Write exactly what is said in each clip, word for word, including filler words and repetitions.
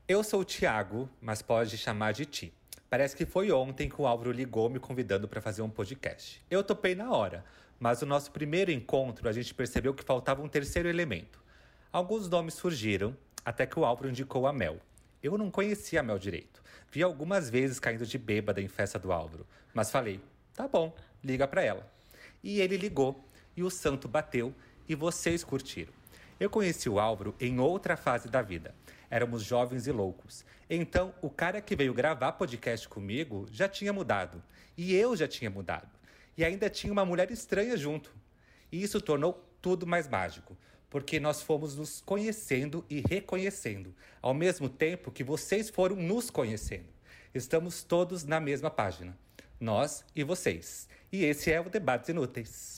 Eu sou o Thiago, mas pode chamar de Ti. Parece que foi ontem que o Álvaro ligou me convidando para fazer um podcast. Eu topei na hora, mas no nosso primeiro encontro a gente percebeu que faltava um terceiro elemento. Alguns nomes surgiram, até que o Álvaro indicou a Mel. Eu não conhecia a Mel direito. Vi algumas vezes caindo de bêbada em festa do Álvaro, mas falei, tá bom, liga para ela. E ele ligou, e o santo bateu, e vocês curtiram. Eu conheci o Álvaro em outra fase da vida. Éramos jovens e loucos. Então, o cara que veio gravar podcast comigo já tinha mudado. E eu já tinha mudado. E ainda tinha uma mulher estranha junto. E isso tornou tudo mais mágico. Porque nós fomos nos conhecendo e reconhecendo. Ao mesmo tempo que vocês foram nos conhecendo. Estamos todos na mesma página. Nós e vocês. E esse é o Debates Inúteis.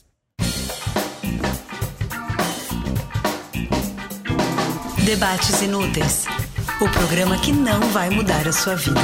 Debates Inúteis, o programa que não vai mudar a sua vida.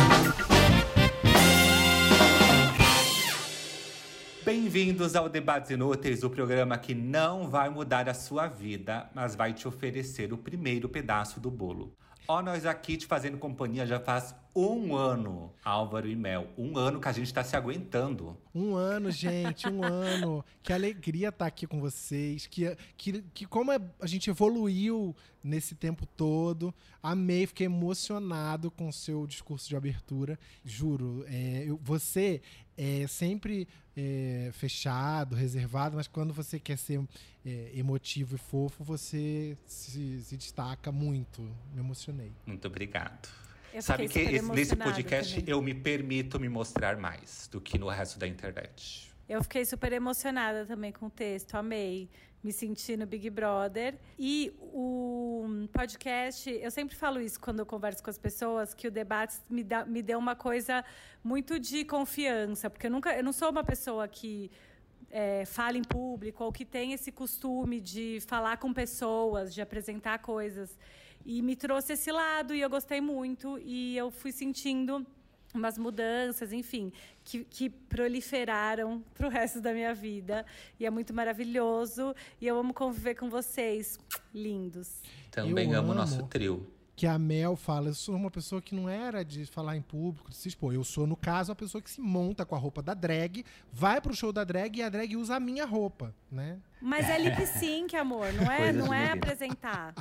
Bem-vindos ao Debates Inúteis, o programa que não vai mudar a sua vida, mas vai te oferecer o primeiro pedaço do bolo. Ó, nós aqui te fazendo companhia já faz um ano, Álvaro e Mel. Um ano que a gente tá se aguentando. Um ano, gente, um ano. Que alegria estar aqui com vocês. Que, que, que como a gente evoluiu nesse tempo todo. Amei, fiquei emocionado com o seu discurso de abertura. Juro, é, eu, você é sempre é, fechado, reservado, mas quando você quer ser é, emotivo e fofo, você se, se destaca muito. Me emocionei. Muito obrigado. Eu Sabe que esse, nesse podcast também. eu me permito me mostrar mais do que no resto da internet. Eu fiquei super emocionada também com o texto, amei. Me senti no Big Brother. E o podcast, eu sempre falo isso quando eu converso com as pessoas, que o debate me, dá, me deu uma coisa muito de confiança. Porque eu, nunca, eu não sou uma pessoa que é, fala em público ou que tem esse costume de falar com pessoas, de apresentar coisas. E me trouxe esse lado e eu gostei muito. E eu fui sentindo umas mudanças, enfim, que, que proliferaram para o resto da minha vida. E é muito maravilhoso. E eu amo conviver com vocês, lindos. Também Eu amo o amo nosso trio. Que a Mel fala, eu sou uma pessoa que não era de falar em público, de se expor. Eu sou, no caso, a pessoa que se monta com a roupa da drag, vai pro show da drag e a drag usa a minha roupa, né? Mas é lip sync, amor, não é, Coisas não de é menina. apresentar.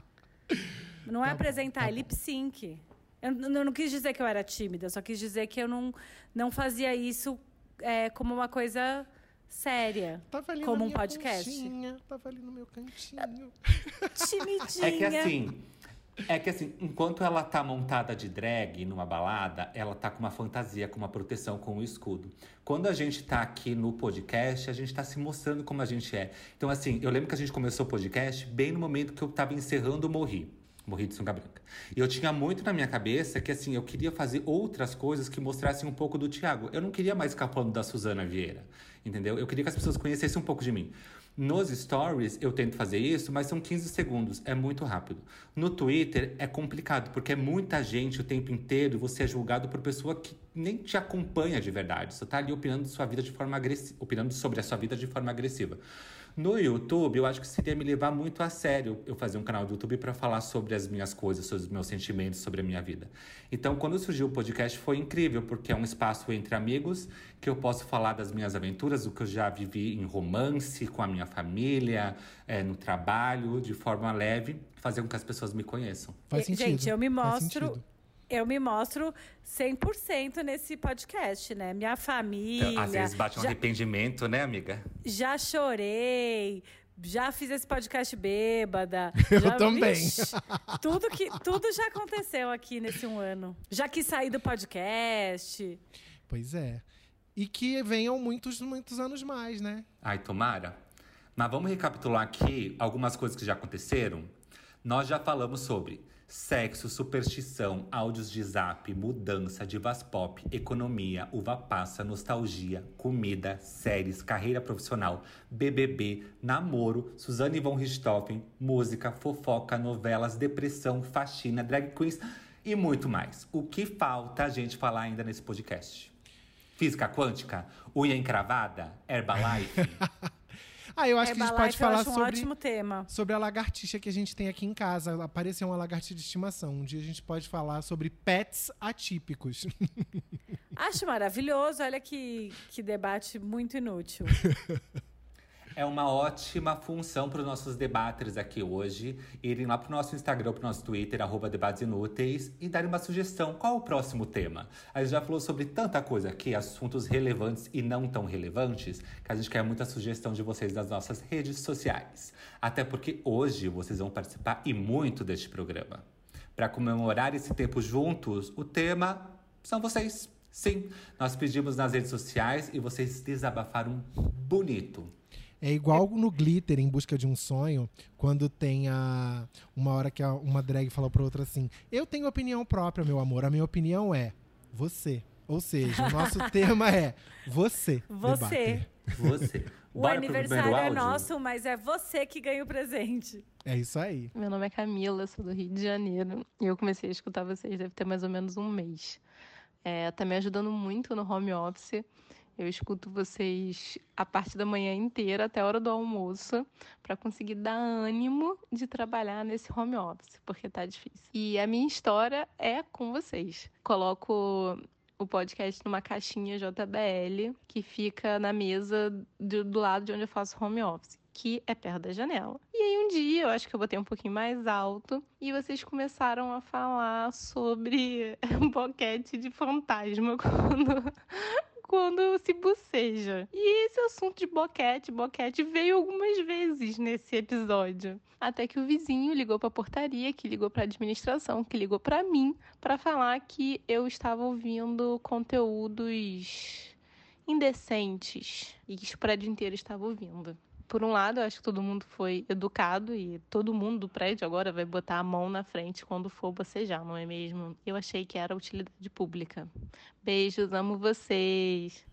Não é Tá bom, apresentar, tá é lip sync. Eu, n- eu não quis dizer que eu era tímida, eu só quis dizer que eu não, não fazia isso é, como uma coisa séria. Tava ali Como na um minha podcast. conchinha, tava ali no meu cantinho. Timidinha. É que assim, é que assim, enquanto ela tá montada de drag numa balada, ela tá com uma fantasia, com uma proteção, com um escudo. Quando a gente tá aqui no podcast, a gente tá se mostrando como a gente é. Então assim, eu lembro que a gente começou o podcast bem no momento que eu tava encerrando o Morri. Morri de Sunga Branca. E eu tinha muito na minha cabeça que, assim, eu queria fazer outras coisas que mostrassem um pouco do Thiago. Eu não queria mais ficar falando da Suzana Vieira, entendeu? Eu queria que as pessoas conhecessem um pouco de mim. Nos stories, eu tento fazer isso, mas são quinze segundos. É muito rápido. No Twitter, é complicado, porque é muita gente o tempo inteiro e você é julgado por pessoa que nem te acompanha de verdade. Você tá ali opinando, sua vida de forma agressi- opinando sobre a sua vida de forma agressiva. No YouTube, eu acho que seria me levar muito a sério eu fazer um canal do YouTube para falar sobre as minhas coisas, sobre os meus sentimentos, sobre a minha vida. Então, quando surgiu o podcast, foi incrível, porque é um espaço entre amigos que eu posso falar das minhas aventuras, o que eu já vivi em romance, com a minha família, é, no trabalho, de forma leve, fazer com que as pessoas me conheçam. Faz E, sentido. gente, eu me faz mostro- sentido. Eu me mostro cem por cento nesse podcast, né? Minha família. Então, às vezes bate um já, arrependimento, né, amiga? já chorei. Já fiz esse podcast bêbada. Eu já, também. Vixe, tudo, que, tudo já aconteceu aqui nesse um ano. Já quis sair do podcast. Pois é. E que venham muitos, muitos anos mais, né? Ai, tomara. Mas vamos recapitular aqui algumas coisas que já aconteceram. Nós já falamos sobre sexo, superstição, áudios de zap, mudança, divas pop, economia, uva passa, nostalgia, comida, séries, carreira profissional, B B B, namoro, Suzane von Richthofen, música, fofoca, novelas, depressão, faxina, drag queens e muito mais. O que falta a gente falar ainda nesse podcast? Física quântica? Unha encravada? Herbalife? Ah, eu acho que a gente pode Herbalife eu falar acho um sobre, ótimo tema. sobre a lagartixa que a gente tem aqui em casa. Apareceu uma lagartixa de estimação. Um dia a gente pode falar sobre pets atípicos. Acho maravilhoso. Olha que, que debate muito inútil. É uma ótima função para os nossos debaters aqui hoje irem lá para o nosso Instagram, para o nosso Twitter, arroba Debates Inúteis, e darem uma sugestão. Qual o próximo tema? A gente já falou sobre tanta coisa aqui, assuntos relevantes e não tão relevantes, que a gente quer muita sugestão de vocês nas nossas redes sociais. Até porque hoje vocês vão participar e muito deste programa. Para comemorar esse tempo juntos, o tema são vocês. Sim, nós pedimos nas redes sociais e vocês desabafaram bonito. É igual no Glitter, Em Busca de um Sonho, quando tem a, uma hora que a, uma drag fala pra outra assim: eu tenho opinião própria, meu amor. A minha opinião é você. Ou seja, o nosso tema é você. Você. Debater. Você. O Bora pro aniversário primeiro é áudio? nosso, mas é você que ganha o presente. É isso aí. Meu nome é Camila, sou do Rio de Janeiro. E eu comecei a escutar vocês, deve ter mais ou menos um mês. É, tá me ajudando muito no home office. Eu escuto vocês a parte da manhã inteira até a hora do almoço para conseguir dar ânimo de trabalhar nesse home office, porque tá difícil. E a minha história é com vocês. Coloco o podcast numa caixinha J B L que fica na mesa do, do lado de onde eu faço home office, que é perto da janela. E aí um dia, eu acho que eu botei um pouquinho mais alto, e vocês começaram a falar sobre boquete de fantasma quando... quando se boceja. E esse assunto de boquete, boquete veio algumas vezes nesse episódio. Até que o vizinho ligou para a portaria, que ligou para a administração, que ligou para mim, para falar que eu estava ouvindo conteúdos indecentes e que o prédio inteiro estava ouvindo. Por um lado, eu acho que todo mundo foi educado e todo mundo do prédio agora vai botar a mão na frente quando for bocejar, não é mesmo? Eu achei que era utilidade pública. Beijos, amo vocês.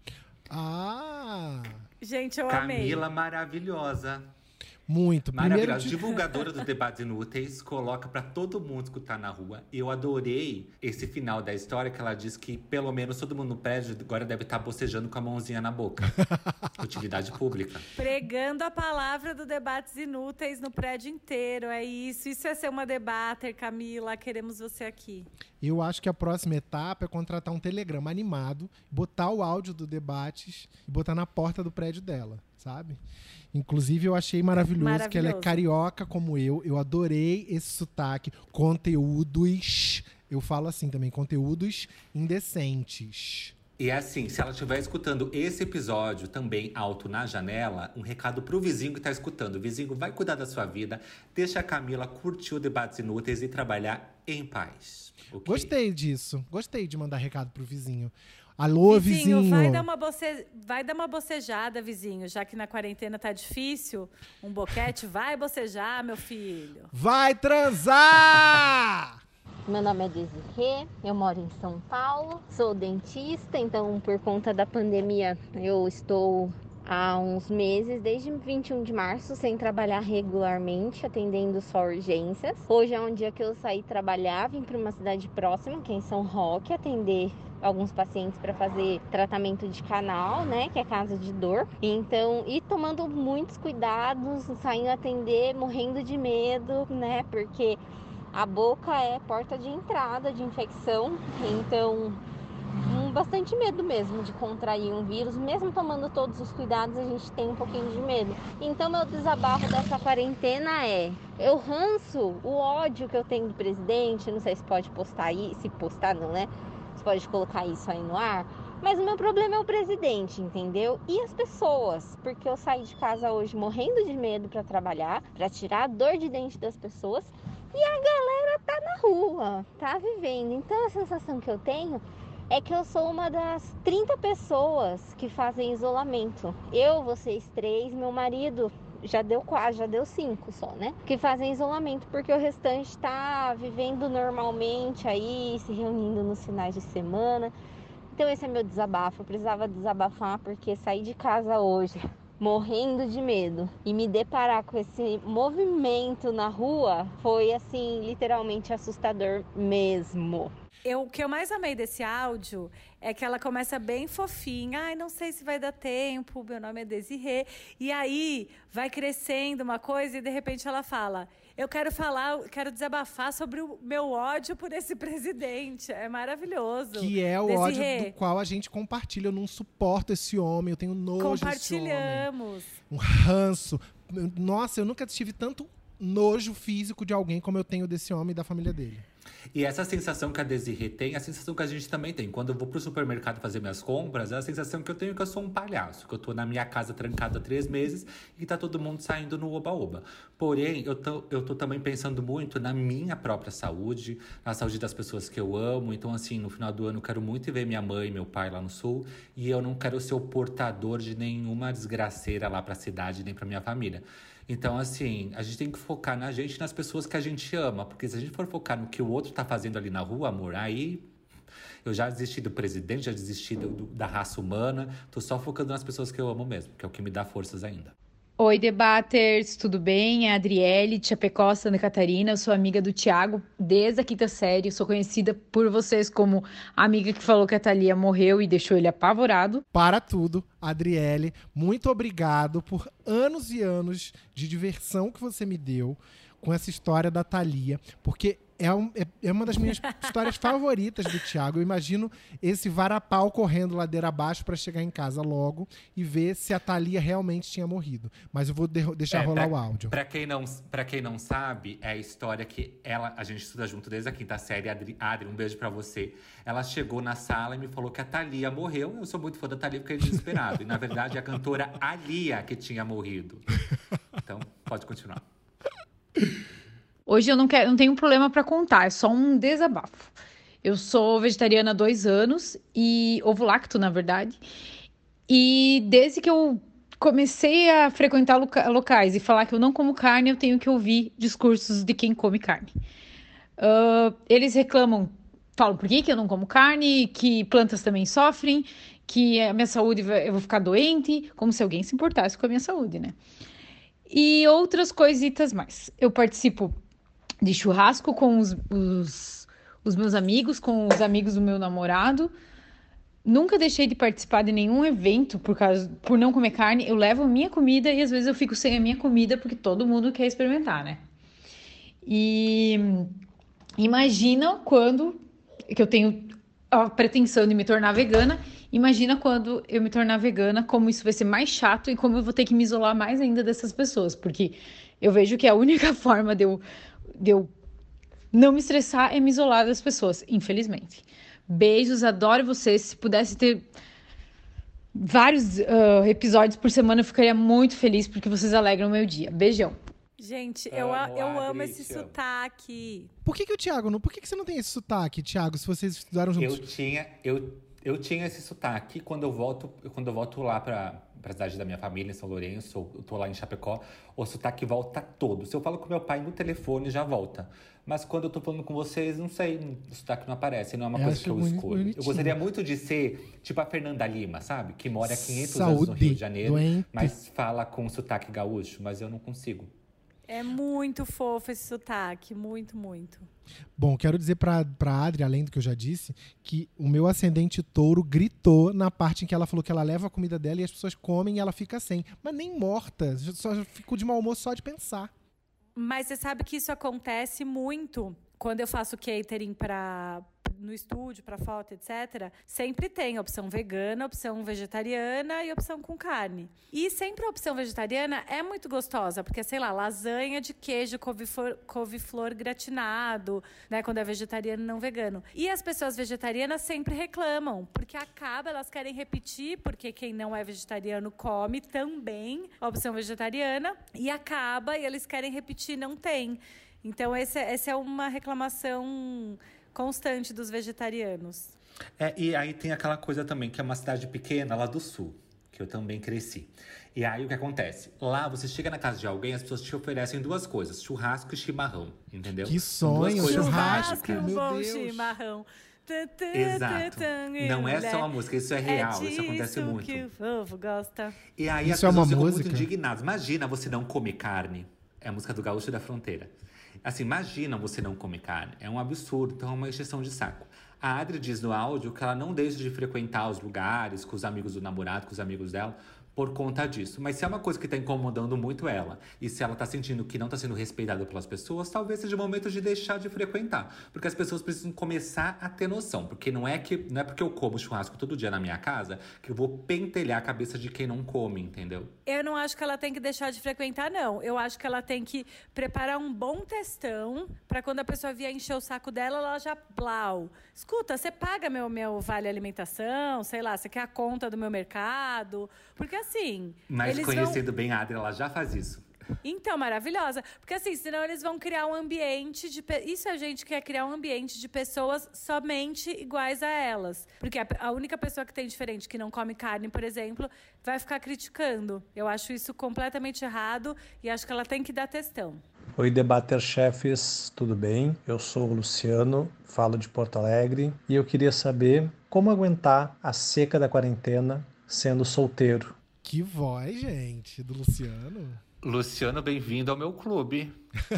Ah! Gente, eu Camila amei. maravilhosa. Muito. Primeiro Maravilhosa. de... Divulgadora do Debates Inúteis, coloca pra todo mundo escutar na rua. Eu adorei esse final da história, que ela diz que pelo menos todo mundo no prédio agora deve estar bocejando com a mãozinha na boca. Utilidade pública. Pregando a palavra do Debates Inúteis no prédio inteiro. É isso. Isso é ser uma debater, Camila. Queremos você aqui. Eu acho que a próxima etapa é contratar um telegrama animado, botar o áudio do Debates e botar na porta do prédio dela, sabe? Inclusive, eu achei maravilhoso, Maravilhoso. que ela é carioca como eu. Eu adorei esse sotaque. Conteúdos, eu falo assim também, conteúdos indecentes. E assim, se ela estiver escutando esse episódio também alto na janela, um recado pro vizinho que tá escutando. O vizinho vai cuidar da sua vida, deixa a Camila curtir o Debates Inúteis e trabalhar em paz. Okay? Gostei disso. Gostei de mandar recado pro vizinho. Alô, vizinho. Vizinho, vai dar, uma boce... vai dar uma bocejada, vizinho. Já que na quarentena tá difícil, um boquete, vai bocejar, meu filho. Vai transar! Meu nome é Desirê, eu moro em São Paulo, sou dentista, então por conta da pandemia eu estou há uns meses, desde vinte e um de março, sem trabalhar regularmente, atendendo só urgências. Hoje é um dia que eu saí trabalhar, vim para uma cidade próxima, que é em São Roque, atender alguns pacientes para fazer tratamento de canal, né, que é casa de dor. Então, e tomando muitos cuidados, saindo atender, morrendo de medo, né, porque a boca é porta de entrada de infecção, então um, bastante medo mesmo de contrair um vírus. Mesmo tomando todos os cuidados, a gente tem um pouquinho de medo. Então meu desabafo dessa quarentena é: eu ranço, o ódio que eu tenho do presidente. Não sei se pode postar aí, se postar não, né? Você pode colocar isso aí no ar. Mas o meu problema é o presidente, entendeu? E as pessoas, porque eu saí de casa hoje morrendo de medo para trabalhar, para tirar a dor de dente das pessoas. E a galera tá na rua, tá vivendo. Então a sensação que eu tenho é que eu sou uma das trinta pessoas que fazem isolamento. Eu, vocês três, meu marido já deu quase, já deu cinco só, né? Que fazem isolamento porque o restante tá vivendo normalmente aí, se reunindo nos finais de semana. Então esse é meu desabafo. Eu precisava desabafar porque saí de casa hoje morrendo de medo e me deparar com esse movimento na rua foi assim, literalmente assustador mesmo. Eu, o que eu mais amei desse áudio é que ela começa bem fofinha. Ai, não sei se vai dar tempo, meu nome é Desirê. E aí vai crescendo uma coisa e de repente ela fala... Eu quero falar, eu quero desabafar sobre o meu ódio por esse presidente. É maravilhoso. Que é o Desirê. ódio do qual a gente compartilha. Eu não suporto esse homem, eu tenho nojo desse homem. Compartilhamos. Um ranço. Nossa, eu nunca tive tanto nojo físico de alguém como eu tenho desse homem e da família dele. E essa sensação que a Desirê tem, é a sensação que a gente também tem. Quando eu vou pro supermercado fazer minhas compras, é a sensação que eu tenho que eu sou um palhaço. Que eu tô na minha casa trancada há três meses e tá todo mundo saindo no oba-oba. Porém, eu tô, eu tô também pensando muito na minha própria saúde, na saúde das pessoas que eu amo. Então, assim, no final do ano eu quero muito ver minha mãe e meu pai lá no sul. E eu não quero ser o portador de nenhuma desgraceira lá pra cidade, nem pra minha família. Então, assim, a gente tem que focar na gente e nas pessoas que a gente ama. Porque se a gente for focar no que o outro tá fazendo ali na rua, amor, aí... Eu já desisti do presidente, já desisti do, do, da raça humana. Tô só focando nas pessoas que eu amo mesmo, que é o que me dá forças ainda. Oi, debaters, tudo bem? É a Adriele, de Chapecó, Santa Catarina. Eu sou amiga do Thiago desde a quinta série. Eu sou conhecida por vocês como a amiga que falou que a Thalia morreu e deixou ele apavorado. Para tudo, Adriele, muito obrigado por anos e anos de diversão que você me deu com essa história da Thalia, porque é, um, é, é uma das minhas histórias favoritas do Thiago. Eu imagino esse varapau correndo ladeira abaixo para chegar em casa logo e ver se a Thalia realmente tinha morrido. Mas eu vou de- deixar É, rolar pra, o áudio. Pra quem, não, pra quem não sabe, é a história que ela, a gente estuda junto desde a quinta série. Adri, Adri, um beijo pra você. Ela chegou na sala e me falou que a Thalia morreu. Eu sou muito fã da Thalia, fiquei desesperado. E, na verdade, a cantora Alia que tinha morrido. Então, pode continuar. Hoje eu não, quero, não tenho problema pra contar, é só um desabafo. Eu sou vegetariana há dois anos, e ovo-lacto, na verdade. E desde que eu comecei a frequentar loca- locais e falar que eu não como carne, eu tenho que ouvir discursos de quem come carne. Uh, eles reclamam, falam por que, que eu não como carne, que plantas também sofrem, que a minha saúde, vai- eu vou ficar doente, como se alguém se importasse com a minha saúde, né? E outras coisitas mais. Eu participo de churrasco com os, os, os meus amigos, com os amigos do meu namorado. Nunca deixei de participar de nenhum evento por, causa, por não comer carne. Eu levo a minha comida e às vezes eu fico sem a minha comida porque todo mundo quer experimentar, né? E imagina quando que eu tenho a pretensão de me tornar vegana. Imagina quando eu me tornar vegana, como isso vai ser mais chato e como eu vou ter que me isolar mais ainda dessas pessoas. Porque eu vejo que a única forma de eu, de eu não me estressar é me isolar das pessoas, infelizmente. Beijos, adoro vocês. Se pudesse ter vários uh, episódios por semana, eu ficaria muito feliz, porque vocês alegram o meu dia. Beijão. Gente, eu, a- Amo, eu Adri, amo esse te amo. sotaque. Por que, que o Thiago não. Por que, que você não tem esse sotaque, Thiago, se vocês estudaram juntos? Eu tinha, eu, eu tinha esse sotaque quando eu volto, quando eu volto lá pra, pra cidade da minha família, em São Lourenço, eu tô lá em Chapecó, o sotaque volta todo. Se eu falo com meu pai no telefone, já volta. Mas quando eu tô falando com vocês, não sei, o sotaque não aparece, não é uma Eu coisa acho que eu boni- escolho. bonitinho. Eu gostaria muito de ser tipo a Fernanda Lima, sabe? Que mora há quinhentos anos no Saúde, Rio de Janeiro, doente. mas fala com sotaque gaúcho, mas eu não consigo. É muito fofo esse sotaque, muito, muito. Bom, quero dizer pra, pra Adri, além do que eu já disse, que o meu ascendente touro gritou na parte em que ela falou que ela leva a comida dela e as pessoas comem e ela fica sem. Mas nem morta, só fico de mau humor só de pensar. Mas você sabe que isso acontece muito quando eu faço catering para no estúdio, para foto, etcétera. Sempre tem opção vegana, opção vegetariana e opção com carne. E sempre a opção vegetariana é muito gostosa, porque, sei lá, lasanha de queijo, couve-flor, couve-flor gratinado, né, quando é vegetariano e não vegano. E as pessoas vegetarianas sempre reclamam, porque acaba, elas querem repetir, porque quem não é vegetariano come também a opção vegetariana, e acaba, e eles querem repetir, não tem. Então, esse, essa é uma reclamação constante dos vegetarianos. É, e aí tem aquela coisa também, que é uma cidade pequena lá do sul, que eu também cresci. E aí o que acontece? Lá você chega na casa de alguém, as pessoas te oferecem duas coisas, churrasco e chimarrão, entendeu? Que São duas sonho, coisas churrasco, básicas. meu bom Deus. chimarrão. Tã, tã, Exato. tã, tã, Não é mulher. só uma música, isso é real, é isso acontece disso muito. que o povo gosta. E aí Isso as é uma pessoas ficam música? muito indignadas. Imagina você não comer carne. É a música do Gaúcho da Fronteira. Assim, imagina você não comer carne. É um absurdo, então é uma encheção de saco. A Adri diz no áudio que ela não deixa de frequentar os lugares com os amigos do namorado, com os amigos dela, por conta disso. Mas se é uma coisa que tá incomodando muito ela, e se ela tá sentindo que não tá sendo respeitada pelas pessoas, talvez seja o momento de deixar de frequentar. Porque as pessoas precisam começar a ter noção. Porque não é, que, não é porque eu como churrasco todo dia na minha casa que eu vou pentelhar a cabeça de quem não come, entendeu? Eu não acho que ela tem que deixar de frequentar, não. Eu acho que ela tem que preparar um bom textão pra quando a pessoa vier encher o saco dela, ela já blau. Escuta, você paga meu, meu vale alimentação, sei lá, você quer a conta do meu mercado? Porque assim... Mas eles conhecendo vão... bem a Adri, ela já faz isso. Então, maravilhosa. Porque assim, senão eles vão criar um ambiente de... pe- Isso a gente quer criar um ambiente de pessoas somente iguais a elas. Porque a, a única pessoa que tem diferente, que não come carne, por exemplo, vai ficar criticando. Eu acho isso completamente errado e acho que ela tem que dar textão. Oi, Debater Chefes, tudo bem? Eu sou o Luciano, falo de Porto Alegre e eu queria saber como aguentar a seca da quarentena sendo solteiro. Que voz, gente, do Luciano. Luciano, bem-vindo ao meu clube.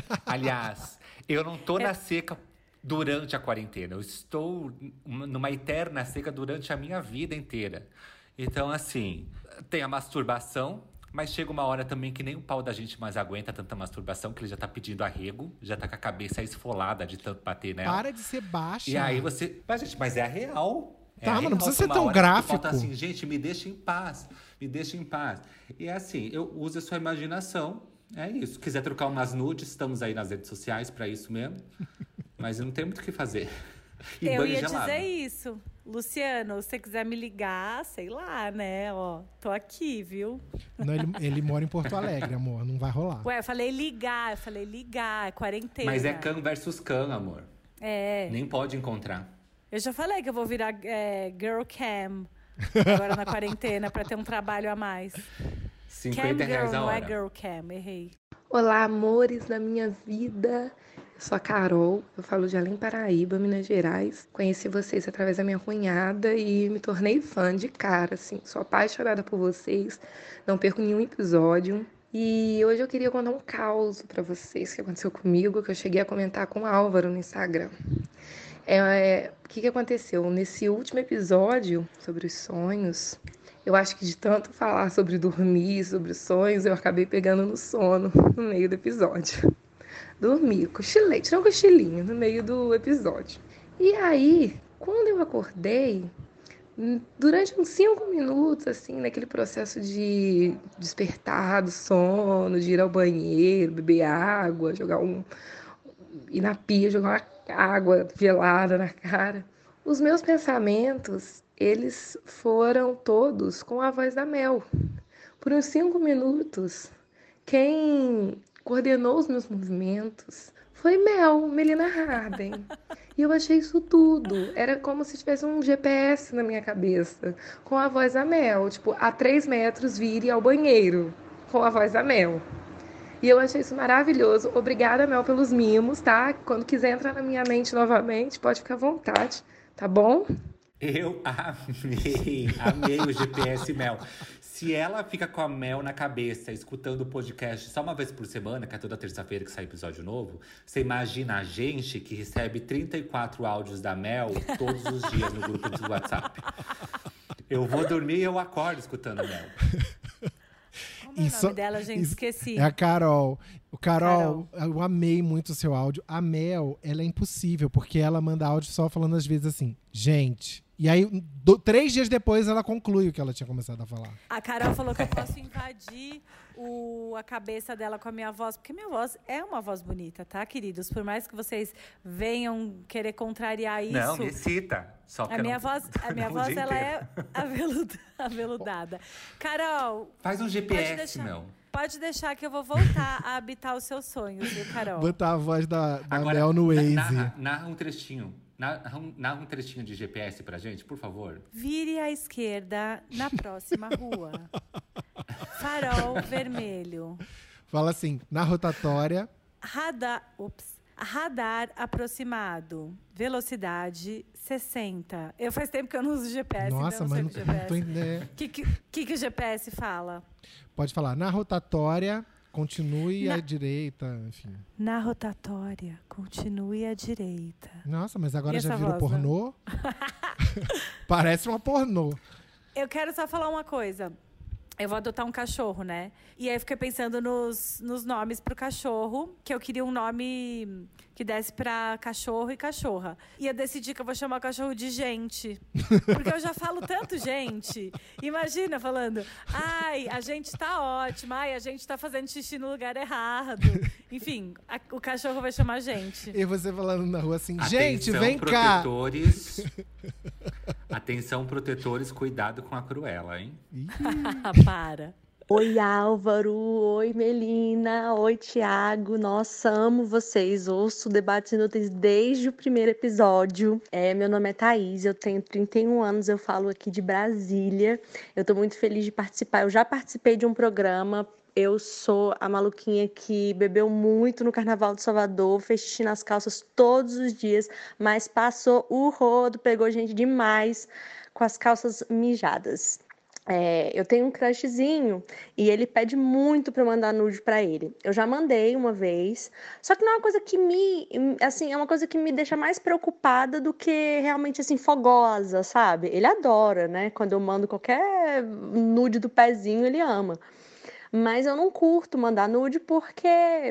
Aliás, eu não tô na seca durante a quarentena. Eu estou numa eterna seca durante a minha vida inteira. Então, assim, tem a masturbação, mas chega uma hora também que nem o pau da gente mais aguenta tanta masturbação, que ele já tá pedindo arrego, já tá com a cabeça esfolada de tanto bater nela. Para de ser baixa. E aí você... Mas, gente, mas é a real. É Tá, a mas não real. precisa ser Uma tão hora que tu gráfico. falta assim, gente, me deixa em paz. Me deixa em paz. E é assim, eu uso a sua imaginação. É isso. Quiser trocar umas nudes, estamos aí nas redes sociais pra isso mesmo. Mas eu não tenho muito o que fazer. E Eu banho ia gelado. dizer isso. Luciano, se você quiser me ligar, sei lá, né? Ó, tô aqui, viu? Não, ele, ele mora em Porto Alegre, amor. Não vai rolar. Ué, eu falei ligar, eu falei ligar, é quarentena. Mas é can versus can, amor. É. Nem pode encontrar. Eu já falei que eu vou virar é, girl cam agora na quarentena pra ter um trabalho a mais. Cam cinquenta girl, reais a não é hora. girl cam, errei. Olá, amores da minha vida. Eu sou a Carol, eu falo de Além Paraíba, Minas Gerais. Conheci vocês através da minha cunhada e me tornei fã de cara, assim. Sou apaixonada por vocês, não perco nenhum episódio. E hoje eu queria contar um caos pra vocês que aconteceu comigo, que eu cheguei a comentar com o Álvaro no Instagram. É, é, o que, que aconteceu? Nesse último episódio sobre os sonhos, eu acho que de tanto falar sobre dormir, sobre os sonhos, eu acabei pegando no sono no meio do episódio. Dormi, cochilei, tirei um cochilinho no meio do episódio. E aí, quando eu acordei, durante uns cinco minutos, assim, naquele processo de despertar do sono, de ir ao banheiro, beber água, jogar um... ir na pia, jogar uma água gelada na cara, os meus pensamentos, eles foram todos com a voz da Mel. Por uns cinco minutos, quem coordenou os meus movimentos foi Mel, Melina Harden. E eu achei isso tudo. Era como se tivesse um G P S na minha cabeça, com a voz da Mel. Tipo, a três metros, vire ao banheiro, com a voz da Mel. E eu achei isso maravilhoso. Obrigada, Mel, pelos mimos, tá? Quando quiser entrar na minha mente novamente, pode ficar à vontade, tá bom? Eu amei, amei o G P S Mel. Se ela fica com a Mel na cabeça, escutando o podcast só uma vez por semana, que é toda terça-feira que sai episódio novo, você imagina a gente que recebe trinta e quatro áudios da Mel todos os dias no grupo do WhatsApp. Eu vou dormir e eu acordo escutando a Mel. Como é o Isso- nome dela, gente? isso- Esqueci. É a Carol. O Carol, eu amei muito o seu áudio. A Mel, ela é impossível, porque ela manda áudio só falando às vezes assim, gente. E aí, do- três dias depois, ela conclui o que ela tinha começado a falar. A Carol falou que eu posso invadir o, a cabeça dela com a minha voz, porque minha voz é uma voz bonita, tá, queridos? Por mais que vocês venham querer contrariar isso. Não, me cita. Só que A eu minha não- voz, a minha não o voz dia ela inteiro. é aveluda, aveludada. Carol, Faz um G P pode S, deixar, Mel. pode deixar que eu vou voltar a habitar os seus sonhos, viu, Carol? Botar a voz da, da Agora, Mel no Waze. narra, narra um trechinho. Narra um, narra um trechinho de G P S pra gente, por favor. Vire à esquerda na próxima rua. Farol vermelho. Fala assim, na rotatória, Radar, ups, radar aproximado. Velocidade sessenta. Eu faz tempo que eu não uso G P S, nossa, então mas eu não, não sei o que o G P S. tô entendendo. O que, que, que, que o G P S fala? Pode falar, na rotatória, Continue Na- à direita, enfim. Na rotatória, continue à direita. Nossa, mas agora E já essa virou voz, né? pornô? Parece uma pornô. Eu quero só falar uma coisa. Eu vou adotar um cachorro, né? E aí eu fiquei pensando nos, nos nomes pro cachorro, que eu queria um nome que desse pra cachorro e cachorra. E eu decidi que eu vou chamar o cachorro de gente. Porque eu já falo tanto gente. Imagina falando, ai, a gente tá ótima, ai, a gente tá fazendo xixi no lugar errado. Enfim, a- o cachorro vai chamar gente. E você falando na rua assim, gente, Atenção, vem cá. protetores. Atenção, protetores, cuidado com a Cruella, hein? Para. Oi, Álvaro. Oi, Melina. Oi, Thiago. Nossa, amo vocês. Ouço Debates Inúteis desde o primeiro episódio. É, meu nome é Thaís, eu tenho trinta e um anos, eu falo aqui de Brasília. Eu tô muito feliz de participar. Eu já participei de um programa. Eu sou a maluquinha que bebeu muito no Carnaval de Salvador, fez xixi nas calças todos os dias, mas passou o rodo, pegou gente demais com as calças mijadas. É, eu tenho um crushzinho e ele pede muito pra eu mandar nude pra ele. Eu já mandei uma vez, só que não é uma coisa que me, assim, é uma coisa que me deixa mais preocupada do que realmente assim fogosa, sabe? Ele adora, né? Quando eu mando qualquer nude do pezinho, ele ama. Mas eu não curto mandar nude porque,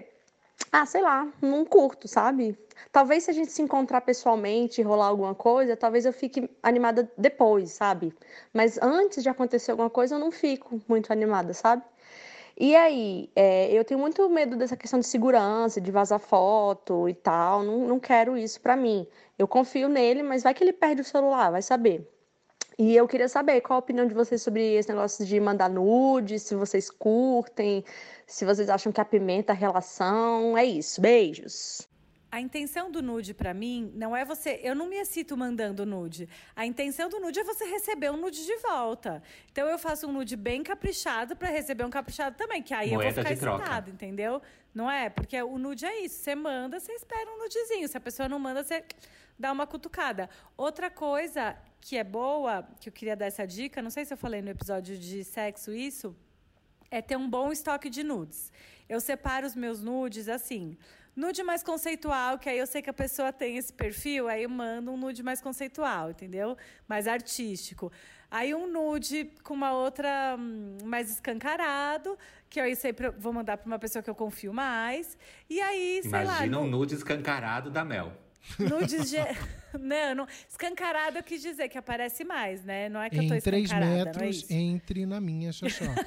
ah, sei lá, não curto, sabe? Talvez se a gente se encontrar pessoalmente e rolar alguma coisa, talvez eu fique animada depois, sabe? Mas antes de acontecer alguma coisa, eu não fico muito animada, sabe? E aí, é, eu tenho muito medo dessa questão de segurança, de vazar foto e tal. Não, não quero isso pra mim. Eu confio nele, mas vai que ele perde o celular, vai saber. E eu queria saber qual a opinião de vocês sobre esse negócio de mandar nude, se vocês curtem, se vocês acham que apimenta a relação. É isso, beijos. A intenção do nude pra mim não é você... Eu não me excito mandando nude. A intenção do nude é você receber um nude de volta. Então eu faço um nude bem caprichado pra receber um caprichado também, que aí Moeda eu vou ficar de troca. excitada, entendeu? Não é? Porque o nude é isso. Você manda, você espera um nudezinho. Se a pessoa não manda, você dá uma cutucada. Outra coisa que é boa, que eu queria dar essa dica, não sei se eu falei no episódio de sexo isso, é ter um bom estoque de nudes. Eu separo os meus nudes assim... Nude mais conceitual, que aí eu sei que a pessoa tem esse perfil, aí eu mando um nude mais conceitual, entendeu? Mais artístico. Aí um nude com uma outra hum, mais escancarado, que eu aí sempre vou mandar para uma pessoa que eu confio mais. E aí, sei lá... Imagina um nu- nude escancarado da Mel. Nudes de... Não, não, escancarado eu quis dizer que aparece mais, né? Não é que eu tô Em três escancarada, não é metros, isso? entre na minha xoxota.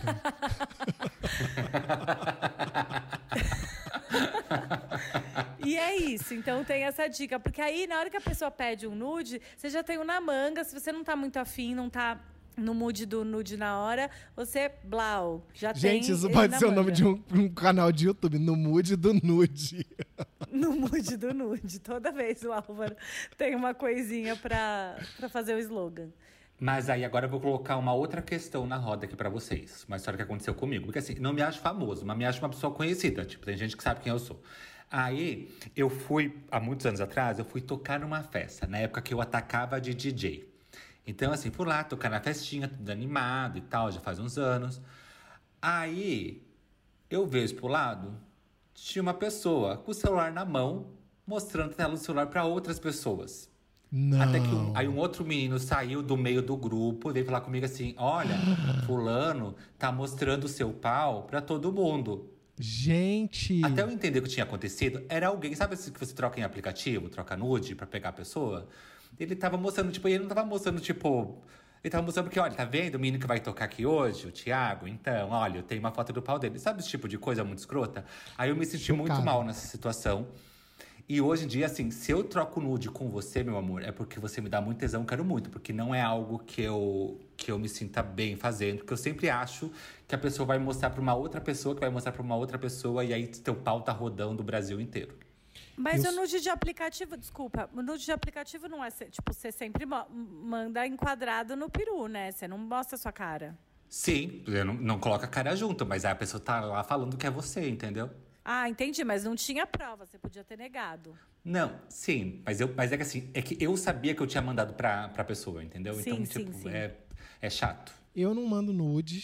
E é isso, então tem essa dica. Porque aí, na hora que a pessoa pede um nude, você já tem um na manga. Se você não tá muito afim, não tá no mood do nude na hora, você, blau, já tem Gente, isso ele pode na ser o manga. nome de um, um canal de YouTube, no Mood do Nude. No mood do nude. Toda vez o Álvaro tem uma coisinha pra, pra fazer o slogan. Mas aí agora eu vou colocar uma outra questão na roda aqui pra vocês. Uma história que aconteceu comigo. Porque assim, não me acho famoso, mas me acho uma pessoa conhecida. Tipo, tem gente que sabe quem eu sou. Aí, eu fui, há muitos anos atrás, eu fui tocar numa festa. Na época que eu atacava de D J. Então, assim, fui lá tocar na festinha, tudo animado e tal, já faz uns anos. Aí, eu vejo pro lado, tinha uma pessoa com o celular na mão, mostrando a tela do celular pra outras pessoas. Não. Até que um, aí um outro menino saiu do meio do grupo e veio falar comigo assim: olha, fulano tá mostrando o seu pau pra todo mundo. Gente. Até eu entender o que tinha acontecido, era alguém, sabe esse que você troca em aplicativo, troca nude pra pegar a pessoa? Ele tava mostrando, tipo, ele não tava mostrando, tipo... Ele tava mostrando porque, olha, tá vendo o menino que vai tocar aqui hoje, o Thiago? Então, olha, eu tenho uma foto do pau dele. Sabe esse tipo de coisa muito escrota? Aí eu me senti Chocado. muito mal nessa situação. E hoje em dia, assim, se eu troco nude com você, meu amor, é porque você me dá muito tesão, quero muito. Porque não é algo que eu, que eu me sinta bem fazendo. Porque eu sempre acho que a pessoa vai mostrar pra uma outra pessoa, que vai mostrar pra uma outra pessoa. E aí teu pau tá rodando o Brasil inteiro. Mas Eu o nude de aplicativo, desculpa, o nude de aplicativo não é, se- tipo, você sempre mo- manda enquadrado no peru, né? Você não mostra a sua cara. Sim, eu não, não coloca a cara junto, mas aí a pessoa tá lá falando que é você, entendeu? Ah, entendi, mas não tinha prova, você podia ter negado. Não, sim, mas, eu, mas é que assim, é que eu sabia que eu tinha mandado pra, pra pessoa, entendeu? Sim, então, sim, tipo, sim. É, é chato. Eu não mando nudes,